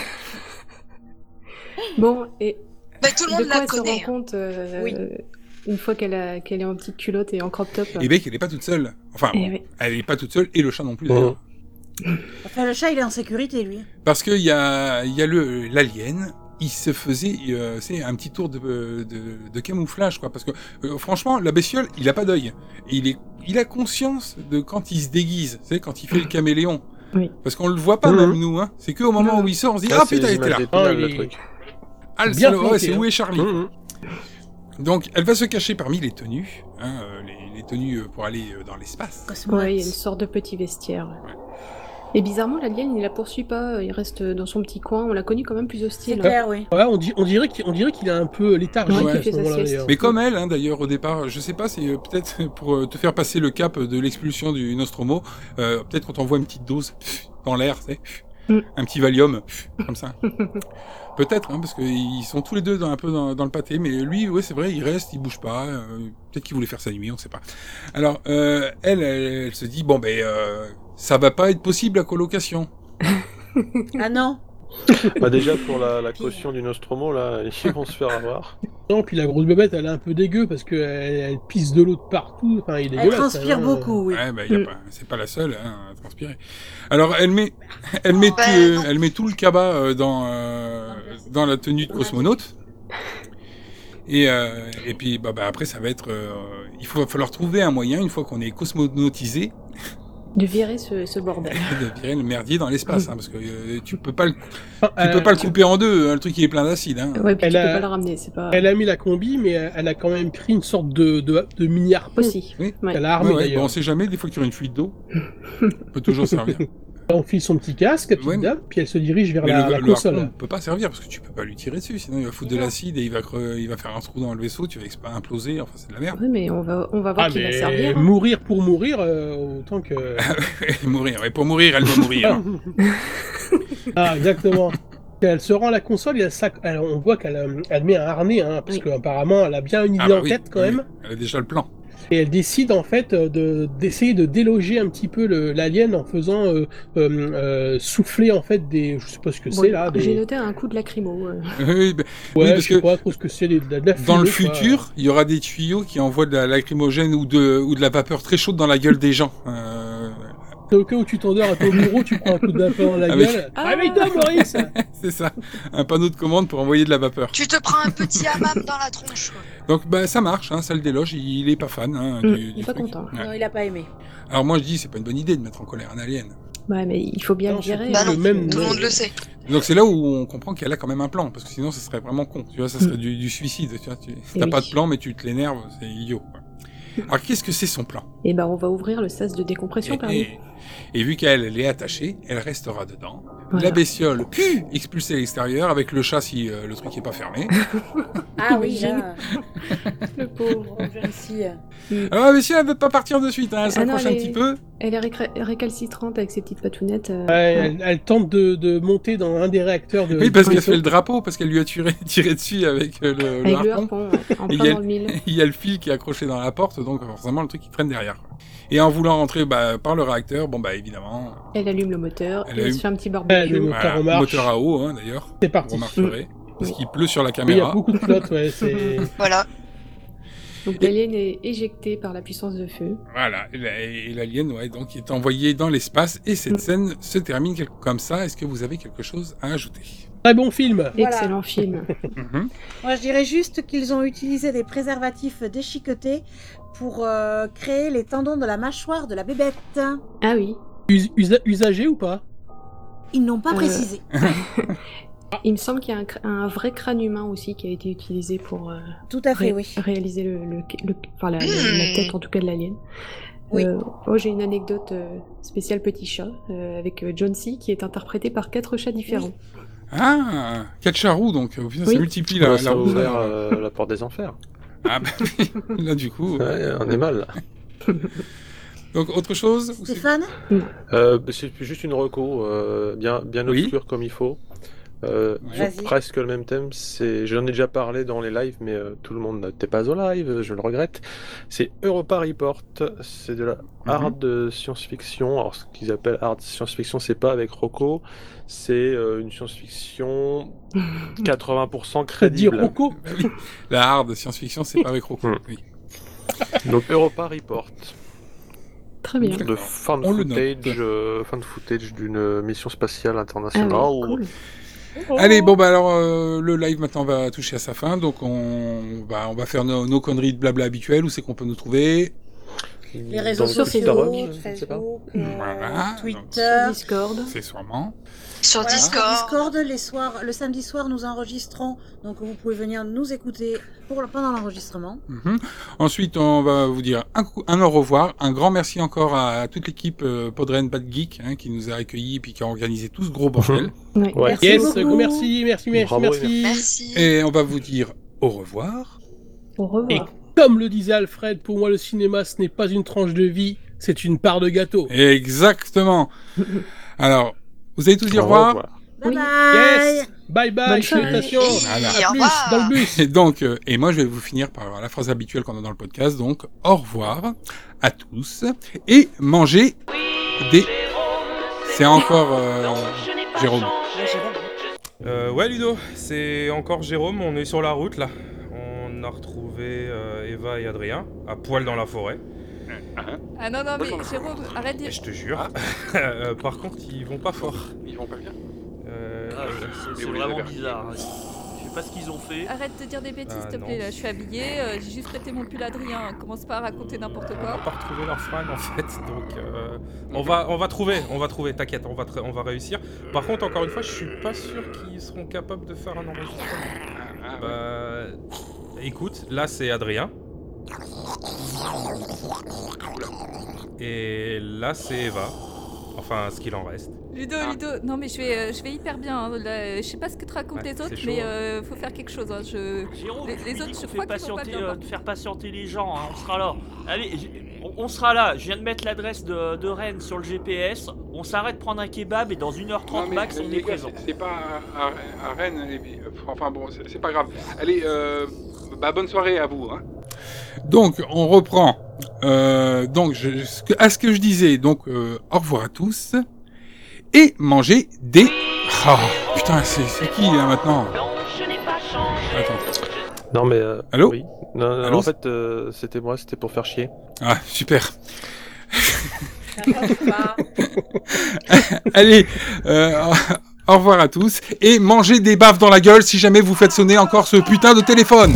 S2: Bon, et
S4: Mais tout le
S2: de
S4: monde
S2: quoi
S4: la
S2: elle se
S4: connaît.
S2: rend compte euh,
S14: Oui.
S2: une fois qu'elle a- qu'elle est en petite culotte et en crop top?
S1: Et bien qu'elle est pas toute seule. Enfin,
S2: Eh
S1: bon,
S2: oui.
S1: elle est pas toute seule et le chat non plus
S5: Mmh.
S1: d'ailleurs.
S14: Enfin, le chat, il est en sécurité, lui.
S1: Parce qu'il y a, il y a le l'alien, il se faisait euh, c'est un petit tour de, de, de camouflage quoi. Parce que euh, franchement, la bestiole, il a pas d'œil. Et il est, il a conscience de quand il se déguise, tu sais, quand il fait le caméléon.
S2: Oui.
S1: Parce qu'on le voit pas
S5: Mhm.
S1: même nous, hein. C'est que au moment
S2: Non.
S1: où il sort, on se dit
S5: Ah,
S1: ah
S5: c'est
S1: putain, il
S5: les
S1: était
S5: images
S1: là.
S5: d'Épinal,
S3: Ah,
S5: le
S3: il est-
S5: truc.
S1: Ah le
S3: Bien
S1: salaud, ouais,
S3: planqué,
S1: c'est
S3: hein.
S1: où est Charlie.
S5: Mmh.
S1: Donc elle va se cacher parmi les tenues, hein, euh, les, les tenues euh, pour aller euh, dans l'espace.
S14: Cosmonaute.
S2: Ouais, il y a une sorte de petit vestiaire. ouais. Et bizarrement, l'alien, il la poursuit pas, il reste dans son petit coin. On l'a connu quand même plus
S14: C'est
S2: hostile.
S14: clair, oui.
S3: Ouais, on, dit, on dirait qu'il on dirait qu'il est un peu léthargique
S2: Ouais,
S3: à
S2: qu'il fait
S3: ce
S2: sa
S3: moment-là
S2: sieste.
S3: d'ailleurs.
S1: Mais comme elle, hein, d'ailleurs, au départ, je sais pas, c'est euh, peut-être pour euh, te faire passer le cap de l'expulsion du Nostromo, euh, peut-être qu'on t'envoie une petite dose pff, dans l'air, tu sais, pff,
S2: Mm.
S1: un petit Valium, pff, comme ça. Peut-être, hein, parce qu'ils sont tous les deux dans, un peu dans, dans le pâté, mais lui, ouais, c'est vrai, il reste, il bouge pas. euh, peut-être qu'il voulait faire sa nuit, on sait pas. Alors, euh, elle, elle, elle se dit, bon, ben, euh, ça va pas être possible la colocation.
S14: Ah non.
S5: Bah, déjà, pour la, la caution du Nostromo, là, ils vont se faire avoir.
S3: Non, puis la grosse bébête, elle est un peu dégueu parce qu'elle elle pisse de l'eau de partout. Enfin, il est
S14: Elle
S3: dégueulasse.
S14: transpire
S3: hein.
S14: beaucoup, oui.
S1: Ouais, bah, y a
S2: Mm.
S1: pas, c'est pas la seule hein, à transpirer. Alors, elle met, elle met,
S4: Ben,
S1: tout, euh,
S4: non.
S1: elle met tout le cabas euh, dans, euh, dans la tenue de cosmonaute. Et, euh, et puis, bah, bah, après, ça va être, euh, il faut, va falloir trouver un moyen, une fois qu'on est cosmonautisé,
S2: De virer ce, ce bordel.
S1: De virer le merdier dans l'espace, hein, parce que euh, tu peux pas le, tu
S3: Euh,
S1: peux pas le couper en deux, hein, le truc il est plein d'acide. Hein.
S2: Ouais, puis
S3: Elle
S2: tu
S3: a-
S2: peux pas le ramener, c'est pas...
S3: Elle a mis la combi, mais elle a quand même pris une sorte de, de, de mini harpon.
S2: Aussi.
S1: Oui.
S2: Ouais.
S3: Elle a armé
S1: Ouais, ouais,
S3: d'ailleurs.
S1: bon, on sait jamais, des fois qu'il y aura une fuite d'eau, ça peut toujours servir.
S3: On file son petit casque, la petite
S1: Ouais.
S3: dame, puis elle se dirige vers
S1: Mais
S3: la,
S1: le,
S3: la
S1: le
S3: console.
S1: harpon peut pas servir parce que tu peux pas lui tirer dessus, sinon il va foutre de l'acide et il va, cre- il va faire un trou dans le vaisseau, tu vas exp- imploser, enfin c'est de la merde.
S2: Ouais, mais on va, on va voir
S3: Ah,
S2: qui va
S3: mais
S2: servir. hein.
S3: mourir pour mourir, euh, autant que...
S1: mourir, et pour mourir, elle doit mourir.
S3: Ah, exactement. Elle se rend à la console et elle sac- elle- on voit qu'elle euh, elle met un harnais, hein, parce
S2: Oui.
S3: qu'apparemment elle a bien une idée
S1: Ah bah
S3: en
S1: oui,
S3: tête quand
S1: oui,
S3: même.
S1: elle a déjà le plan.
S3: Et elle décide en fait euh, de d'essayer de déloger un petit peu le- l'alien en faisant euh, euh, euh, souffler en fait des, je sais pas ce que
S2: Bon,
S3: c'est là,
S2: J'ai
S3: des...
S2: noté un coup de lacrymo. euh.
S1: Oui, bah,
S3: ouais,
S1: oui, parce
S3: je sais
S1: que
S3: pas trop ce que c'est, des- de la, de la
S1: dans le
S3: fumée, quoi.
S1: futur, il y aura des tuyaux qui envoient de la lacrymogène ou de, ou de la vapeur très chaude dans la gueule des gens. Euh,
S3: Au cas où tu t'endors à ton bureau, tu prends un coup de vapeur dans la
S1: Avec-
S3: gueule.
S2: Ah.
S3: Réveille-toi, Maurice.
S1: c'est ça, un panneau de commande pour envoyer de la vapeur.
S4: Tu te prends un petit hammam dans la tronche. quoi.
S1: Donc bah ça marche, hein, ça le déloge, il, il est pas fan. Hein,
S2: Mm,
S1: du,
S2: il
S1: du
S2: est pas
S1: truc.
S2: content.
S1: Ouais.
S14: Non, il a pas aimé.
S1: Alors moi je dis c'est pas une bonne idée de mettre en colère un alien.
S2: Ouais, mais il faut bien
S3: Non,
S2: le gérer.
S4: Bah
S2: hein.
S4: non,
S3: même-
S4: tout le monde le sait.
S1: Donc c'est là où on comprend qu'elle a quand même un plan, parce que sinon ça serait vraiment con, tu vois, ça serait du, du suicide, tu vois, tu, si
S2: Et
S1: t'as
S2: oui.
S1: pas de plan mais tu te l'énerves, c'est idiot. quoi. Alors qu'est-ce que c'est son plan?
S2: Et ben, on va ouvrir le sas de décompression par
S1: et, et vu qu'elle elle est attachée, elle restera dedans.
S2: Voilà.
S1: La bestiole, puis expulsée à l'extérieur avec le chat si euh, le truc est pas fermé.
S14: Ah oui,
S2: Imagine.
S14: là,
S2: Le pauvre.
S14: jeune fille.
S1: Alors la bestiole elle veut pas partir de suite, hein, elle
S2: Ah non,
S1: s'accroche un
S2: elle est-
S1: petit peu.
S2: Elle est récré- récalcitrante avec ses petites patounettes. euh,
S3: Ouais,
S2: ouais.
S3: elle, elle tente de, de monter dans un des réacteurs de...
S1: Oui parce
S3: du
S1: qu'elle fait
S3: vaisseau.
S1: le drapeau, parce qu'elle lui a tiré, tiré dessus avec euh, le,
S2: Avec le
S1: harpon.
S2: harpon, ouais, en
S1: Et il
S2: plein
S1: y a-
S2: dans le mille.
S1: Il y a le fil qui est accroché dans la porte, donc forcément le truc il traîne derrière. quoi. Et en voulant rentrer bah, par le réacteur, bon bah évidemment,
S2: Elle allume le moteur,
S1: Elle
S2: elle,
S1: allume-
S2: se fait un petit
S3: Elle
S2: barbecue.
S3: allume- moteur
S1: voilà,
S3: en marche.
S1: moteur à eau hein, d'ailleurs,
S3: C'est
S1: vous
S3: parti.
S1: remarquerez, parce
S2: Oui.
S1: qu'il pleut sur la
S3: Oui, il y a
S1: caméra.
S3: beaucoup de flotte, ouais, c'est...
S4: Voilà.
S2: Donc l'alien est éjecté par la puissance de feu.
S1: Voilà, et la- et l'alien ouais, donc est envoyé dans l'espace, et cette
S2: Mm.
S1: scène se termine quel- comme ça. Est-ce que vous avez quelque chose à ajouter?
S3: Très bon film.
S14: Voilà.
S2: Excellent film.
S1: Mhm.
S14: Moi, je dirais juste qu'ils ont utilisé des préservatifs déchiquetés pour euh, créer les tendons de la mâchoire de la bébête.
S2: Ah oui.
S3: Us- usa- usagé ou pas?
S14: Ils n'ont pas
S2: Euh,
S14: précisé.
S2: Il me semble qu'il y a un, cr- un vrai crâne humain aussi qui a été utilisé pour euh,
S14: Tout à fait,
S2: ré-
S14: oui.
S2: réaliser le, le- le- enfin, la, la- la tête en tout cas de l'alien.
S14: Oui.
S2: Euh, oh, j'ai une anecdote euh, spéciale petit chat euh, avec euh, John C qui est interprété par quatre chats différents.
S1: Ah, quatre charroux donc, au final
S2: Oui.
S1: ça multiplie la,
S5: Ouais,
S1: la
S5: ça a
S1: roue.
S5: ouvert euh, la porte des enfers.
S1: Ah bah oui, là du coup.
S5: Ouais, on est mal.
S1: Donc autre chose? Ou c'est-
S14: Stéphane
S5: Euh, bah, c'est juste une reco, euh, bien, bien
S1: Oui.
S5: obscure comme il faut. Euh,
S1: Ouais.
S5: sur
S14: Vas-y.
S5: presque le même thème, c'est, j'en ai déjà parlé dans les lives, mais euh, tout le monde n'était pas au live, je le regrette. C'est Europa Report, c'est de la hard science-fiction. Alors ce qu'ils appellent hard science-fiction, c'est pas avec Rocco, c'est euh, une science-fiction quatre-vingts pour cent
S3: Ça te dit
S5: crédible.
S3: Rocco?
S1: Bah oui, la hard science-fiction c'est pas avec Rocco.
S5: Mm.
S1: Oui.
S5: Donc Europa Report,
S2: Très bien.
S5: de fan
S1: On le note.
S5: footage, euh, fan footage d'une mission spatiale internationale.
S2: Ah oui,
S5: où-
S2: cool.
S1: Allez, bon bah alors euh, le live maintenant va toucher à sa fin, donc on va on va faire nos, nos conneries de blabla habituelles. Où c'est qu'on peut nous trouver?
S14: Les réseaux
S5: Dans le
S14: sociaux,
S5: forum, je ne sais pas.
S14: Facebook, euh,
S1: Voilà.
S14: Twitter.
S2: Sur Discord.
S1: C'est sûrement.
S4: Sur
S14: Voilà, sur
S4: Discord.
S14: Discord, les soirs, le samedi soir, nous enregistrons. Donc, vous pouvez venir nous écouter pour, pendant l'enregistrement.
S1: Mhm. Ensuite, on va vous dire un, coup, un au revoir. Un grand merci encore à toute l'équipe euh, Podren Bad Geek hein, qui nous a accueillis et puis qui a organisé tout ce gros bordel.
S2: Ouais.
S5: Ouais.
S14: Merci
S3: Yes,
S14: beaucoup.
S3: gros merci, merci, merci,
S5: Bravo et
S3: merci.
S4: Merci.
S1: Et on va vous dire au revoir.
S2: Au revoir.
S3: Et comme le disait Alfred, pour moi le cinéma ce n'est pas une tranche de vie, c'est une part de gâteau.
S1: Exactement. Alors, vous allez tous dire au revoir.
S14: Bye
S2: Oui.
S14: bye.
S3: Yes, bye bye,
S2: Bonne soirée.
S3: salutations.
S1: Voilà.
S3: À
S4: Au
S3: plus
S4: revoir.
S3: dans le bus.
S1: Et donc, euh, et moi je vais vous finir par la phrase habituelle qu'on a dans le podcast. Donc, au revoir à tous et mangez des. C'est encore euh, Jérôme.
S11: Euh, ouais, Ludo, c'est encore Jérôme, on est sur la route là. On a retrouvé euh, Eva et Adrien à poil dans la forêt.
S13: Ah non, non, mais Jérôme, arrête
S11: Et
S13: d'y...
S11: je te jure. Euh, par contre, ils vont pas fort.
S5: Ils vont pas bien.
S11: Euh,
S12: Ah, c'est-
S5: Mais
S12: c'est
S5: vous les
S12: vraiment
S5: avez
S12: bizarre. hein. sais pas ce qu'ils ont fait.
S13: Arrête de dire des bêtises,
S11: Ah,
S13: s'il te
S11: non.
S13: plaît. Là, je suis habillée, euh, j'ai juste prêté mon pull à Adrien. Commence pas à raconter n'importe
S11: On
S13: quoi.
S11: n'a pas retrouvé leur fringue en fait, donc euh, on va on va trouver, on va trouver. T'inquiète, on va tra- on va réussir. Par contre, encore une fois, je suis pas sûr qu'ils seront capables de faire un enregistrement. Bah, écoute, là c'est Adrien. Et là c'est Eva. Enfin, ce qu'il en reste.
S13: Ludo, Ludo, non mais je vais, euh, je vais hyper bien. hein. Là, je sais pas ce que te racontent
S11: Ouais,
S13: les autres,
S11: c'est chaud,
S13: mais
S11: hein.
S13: euh, faut faire quelque chose. hein. Je...
S12: Jérôme,
S13: les, les
S12: je
S13: autres,
S12: dis
S13: je
S12: qu'on
S13: crois
S12: fait
S13: qu'ils vont pas
S12: patienter,
S13: bien.
S12: euh, de faire patienter les gens, hein, on sera là. Allez, j- on, on sera là. Je viens de mettre l'adresse de, de Rennes sur le G P S. On s'arrête prendre un kebab et dans une heure trente
S1: Non, mais,
S12: max,
S1: euh,
S12: on
S1: les
S12: est
S1: gars,
S12: présent.
S1: c'est- C'est pas à, à- à Rennes. et puis, euh, Enfin bon, c'est c'est pas grave. Allez, euh, bah, bonne soirée à vous. Hein. Donc, on reprend. Euh, donc, je, ce que- à ce que je disais. Donc, euh, au revoir à tous. Et manger des... Ah, putain, c'est c'est qui là maintenant? Attends.
S5: Non mais... euh,
S1: Allô
S5: oui. Non, non,
S1: Allô
S5: en fait, euh, c'était moi, c'était pour faire chier.
S1: Ah, super. Allez, euh, au revoir à tous. Et mangez des baffes dans la gueule si jamais vous faites sonner encore ce putain de téléphone.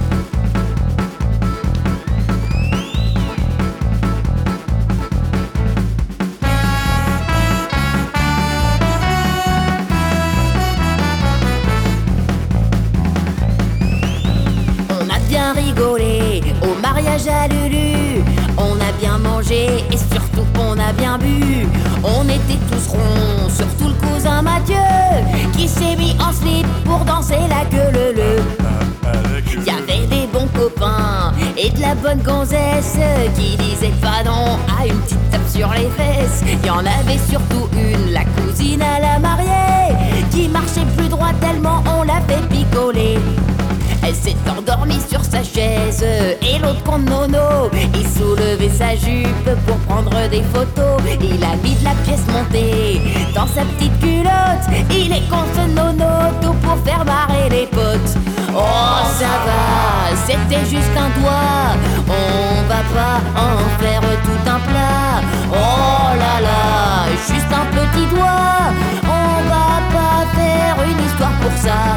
S15: On a bien rigolé au mariage à Lulu. On a bien mangé et surtout on a bien bu. On était tous ronds, surtout le cousin Mathieu qui s'est mis en slip pour danser la queue leu leu. Y avait des bons copains et de la bonne gonzesse qui disaient pas non à une petite tape sur les fesses. Y en avait surtout une, la cousine à la mariée, qui marchait plus droit tellement on l'a fait picoler. Elle s'est endormie sur sa chaise et l'autre contre Nono, il soulevait sa jupe pour prendre des photos. Il a mis de la pièce montée dans sa petite culotte. Il est con ce Nono, tout pour faire marrer les potes. Oh ça va, c'était juste un doigt. On va pas en faire tout un plat. Oh là là, juste un petit doigt. On va pas faire une histoire pour ça.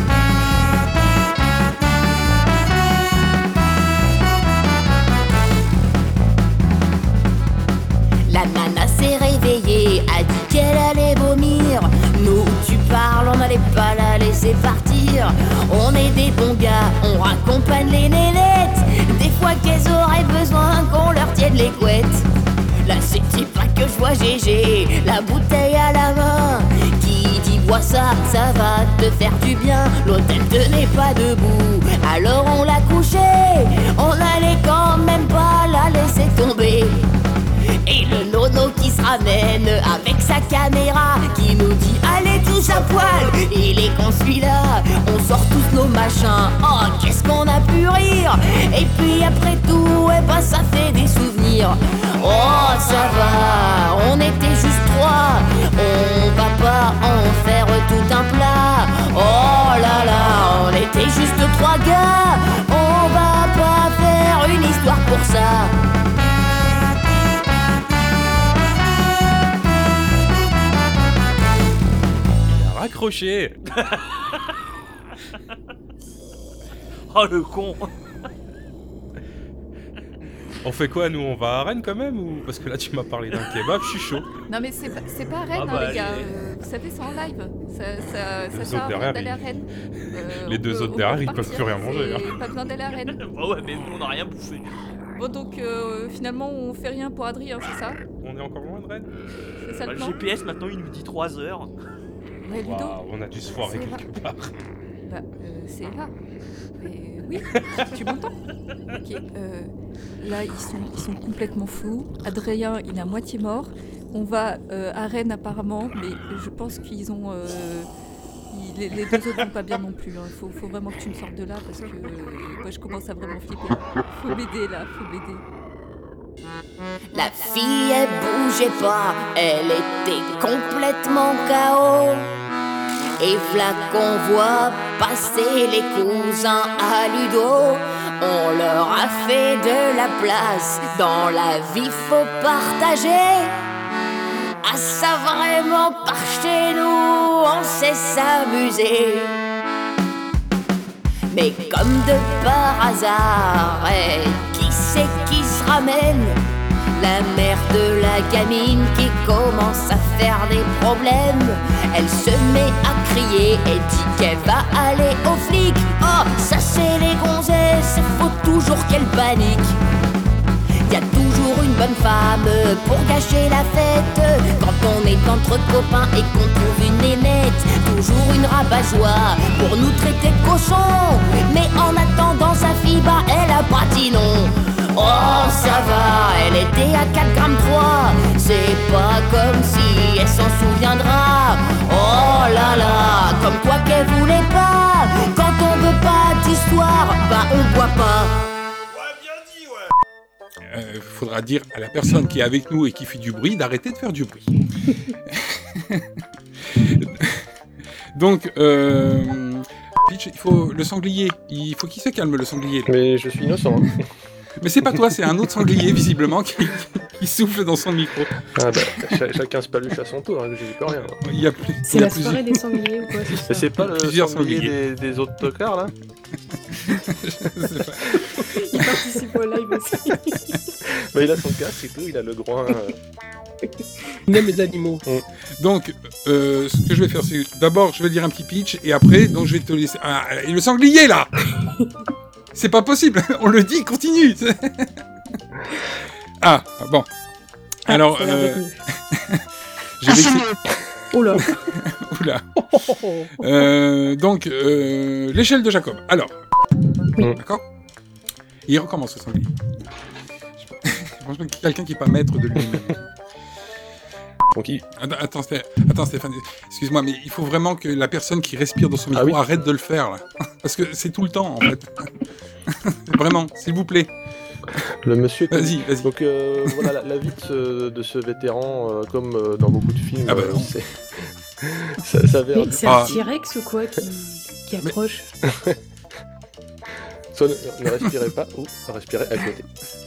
S15: La nana s'est réveillée, a dit qu'elle allait vomir. Nous, tu parles, on n'allait pas la laisser partir. On est des bons gars, on raccompagne les nénettes. Des fois qu'elles auraient besoin qu'on leur tienne les couettes. Là, c'était pas que je vois Gégé, la bouteille à la main, qui dit bois ça, ça va te faire du bien. L'autre elle tenait pas debout, alors on l'a couchée. On allait quand même pas la laisser tomber. Et le nono qui se ramène avec sa caméra, qui nous dit allez tous à poil. Il est con celui-là, on sort tous nos machins. Oh qu'est-ce qu'on a pu rire. Et puis après tout, eh ben ça fait des souvenirs. Oh ça va, on était juste trois. On va pas en faire tout un plat. Oh là là, on était juste trois gars. On va pas faire une histoire pour ça.
S11: Raccroché.
S12: Oh le con.
S11: On fait quoi, nous? On va à Rennes quand même ou... Parce que là, tu m'as parlé d'un kebab, je suis chaud.
S13: Non mais c'est pas, c'est pas à Rennes,
S11: Ah bah,
S13: hein, les gars.
S11: les-
S13: Euh, vous savez, c'est en live. Ça, ça,
S11: Les
S13: ça
S11: autres
S13: sert à rien
S11: derrière,
S13: d'aller à
S11: ils-
S13: Rennes. Euh,
S11: Les
S13: on
S11: deux
S13: peut-
S11: autres
S13: on
S11: derrière,
S13: peut
S11: ils peuvent
S13: repartir,
S11: plus rien manger,
S13: c'est
S11: hein.
S13: Pas besoin d'aller à Rennes.
S12: Bah ouais, mais nous on a rien bouffé.
S13: Bon donc euh, finalement on fait rien pour Adrien, c'est ça?
S11: On est encore loin de Rennes?
S13: C'est ça
S12: Bah,
S13: le
S12: le
S13: plan?
S12: G P S maintenant il nous dit trois heures.
S13: Ouais, Ludo.
S11: Waouh, on a dû se foirer
S13: C'est
S11: quelque part.
S13: Bah, euh, c'est Eva. Mais oui, tu m'entends? Ok, euh, là ils sont, ils sont complètement fous. Adrien, il est à moitié mort. On va euh, à Rennes apparemment, mais je pense qu'ils ont... euh, ils- les, les deux autres vont pas bien non plus. Il faut, faut vraiment que tu me sortes de là parce que euh, moi je commence à vraiment flipper. Faut m'aider là, faut m'aider.
S15: La fille, elle bougeait pas, elle était complètement K O. Et v'là qu'on voit passer les cousins à Ludo. On leur a fait de la place, dans la vie faut partager. Ah ça vraiment par chez nous, on sait s'amuser. Mais comme de par hasard, eh, qui c'est qui se ramène? La mère de la gamine qui commence à faire des problèmes. Elle se met à crier et dit qu'elle va aller aux flics. Oh, ça c'est les gonzesses, faut toujours qu'elle panique. Y a toujours une bonne femme pour gâcher la fête. Quand on est entre copains et qu'on trouve une nénette, toujours une rabat-joie pour nous traiter de cochons. Mais en attendant sa fille, bah elle a pas dit non. Oh ça va, elle était à quatre grammes trois. C'est pas comme si elle s'en souviendra. Oh là là, comme quoi qu'elle voulait pas. Quand on veut pas d'histoire, bah on boit pas.
S1: Il euh, faudra dire à la personne qui est avec nous et qui fait du bruit d'arrêter de faire du bruit. Donc, euh, Peach, il faut le sanglier. Il faut qu'il se calme, le sanglier.
S5: Mais je suis innocent. Hein.
S1: Mais c'est pas toi, c'est un autre sanglier, visiblement, qui, qui souffle dans son micro.
S5: Ah bah, ch- chacun se paluche à son tour, hein, j'y peux rien.
S1: Il y a plus,
S2: c'est
S1: il y a
S2: la
S1: plusieurs...
S2: soirée des sangliers ou quoi, c'est ça?
S5: Mais c'est pas le
S1: Plusieurs
S5: sanglier
S1: sangliers.
S5: des, des autres tocards, là?
S2: Il participe au live aussi.
S5: Bah, il a son casque et tout, il a le groin... Euh...
S3: Il aime les animaux.
S1: Mm. Donc, euh, ce que je vais faire, c'est... D'abord, je vais dire un petit pitch, et après, donc je vais te laisser... Ah, et le sanglier, là! C'est pas possible, on le dit, continue. Ah, bon.
S2: Ah,
S1: alors,
S2: ça a l'air
S1: euh...
S2: retenu.
S1: je vais essayer...
S2: Oula.
S1: Oula. Euh, donc, euh, l'échelle de Jacob. Alors,
S2: oui.
S1: D'accord. Et il recommence le sanglier. Franchement, quelqu'un qui n'est pas maître de lui-même.
S5: Donc, il...
S1: Attends, attends, Sté... attends, Stéphane, excuse-moi, mais il faut vraiment que la personne qui respire dans son micro
S5: ah oui.
S1: arrête de le faire, là. Parce que c'est tout le temps, en fait. Vraiment, s'il vous plaît.
S5: Le monsieur...
S1: Vas-y, vas-y.
S5: Donc, euh, voilà, la, la vie de ce, de ce vétéran, euh, comme euh, dans beaucoup de films,
S1: ah bah
S5: euh, c'est... ça, ça avait...
S2: Mais c'est
S1: ah.
S2: un T-Rex ou quoi qui, qui approche?
S5: Soit ne, ne respirez pas, ou respirez à côté.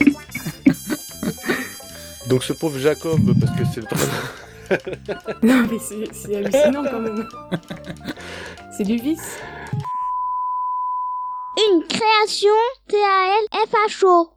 S5: Donc ce pauvre Jacob, parce que c'est le...
S2: Non mais c'est, c'est hallucinant quand même. C'est du vice.
S16: Une création T A L F H O.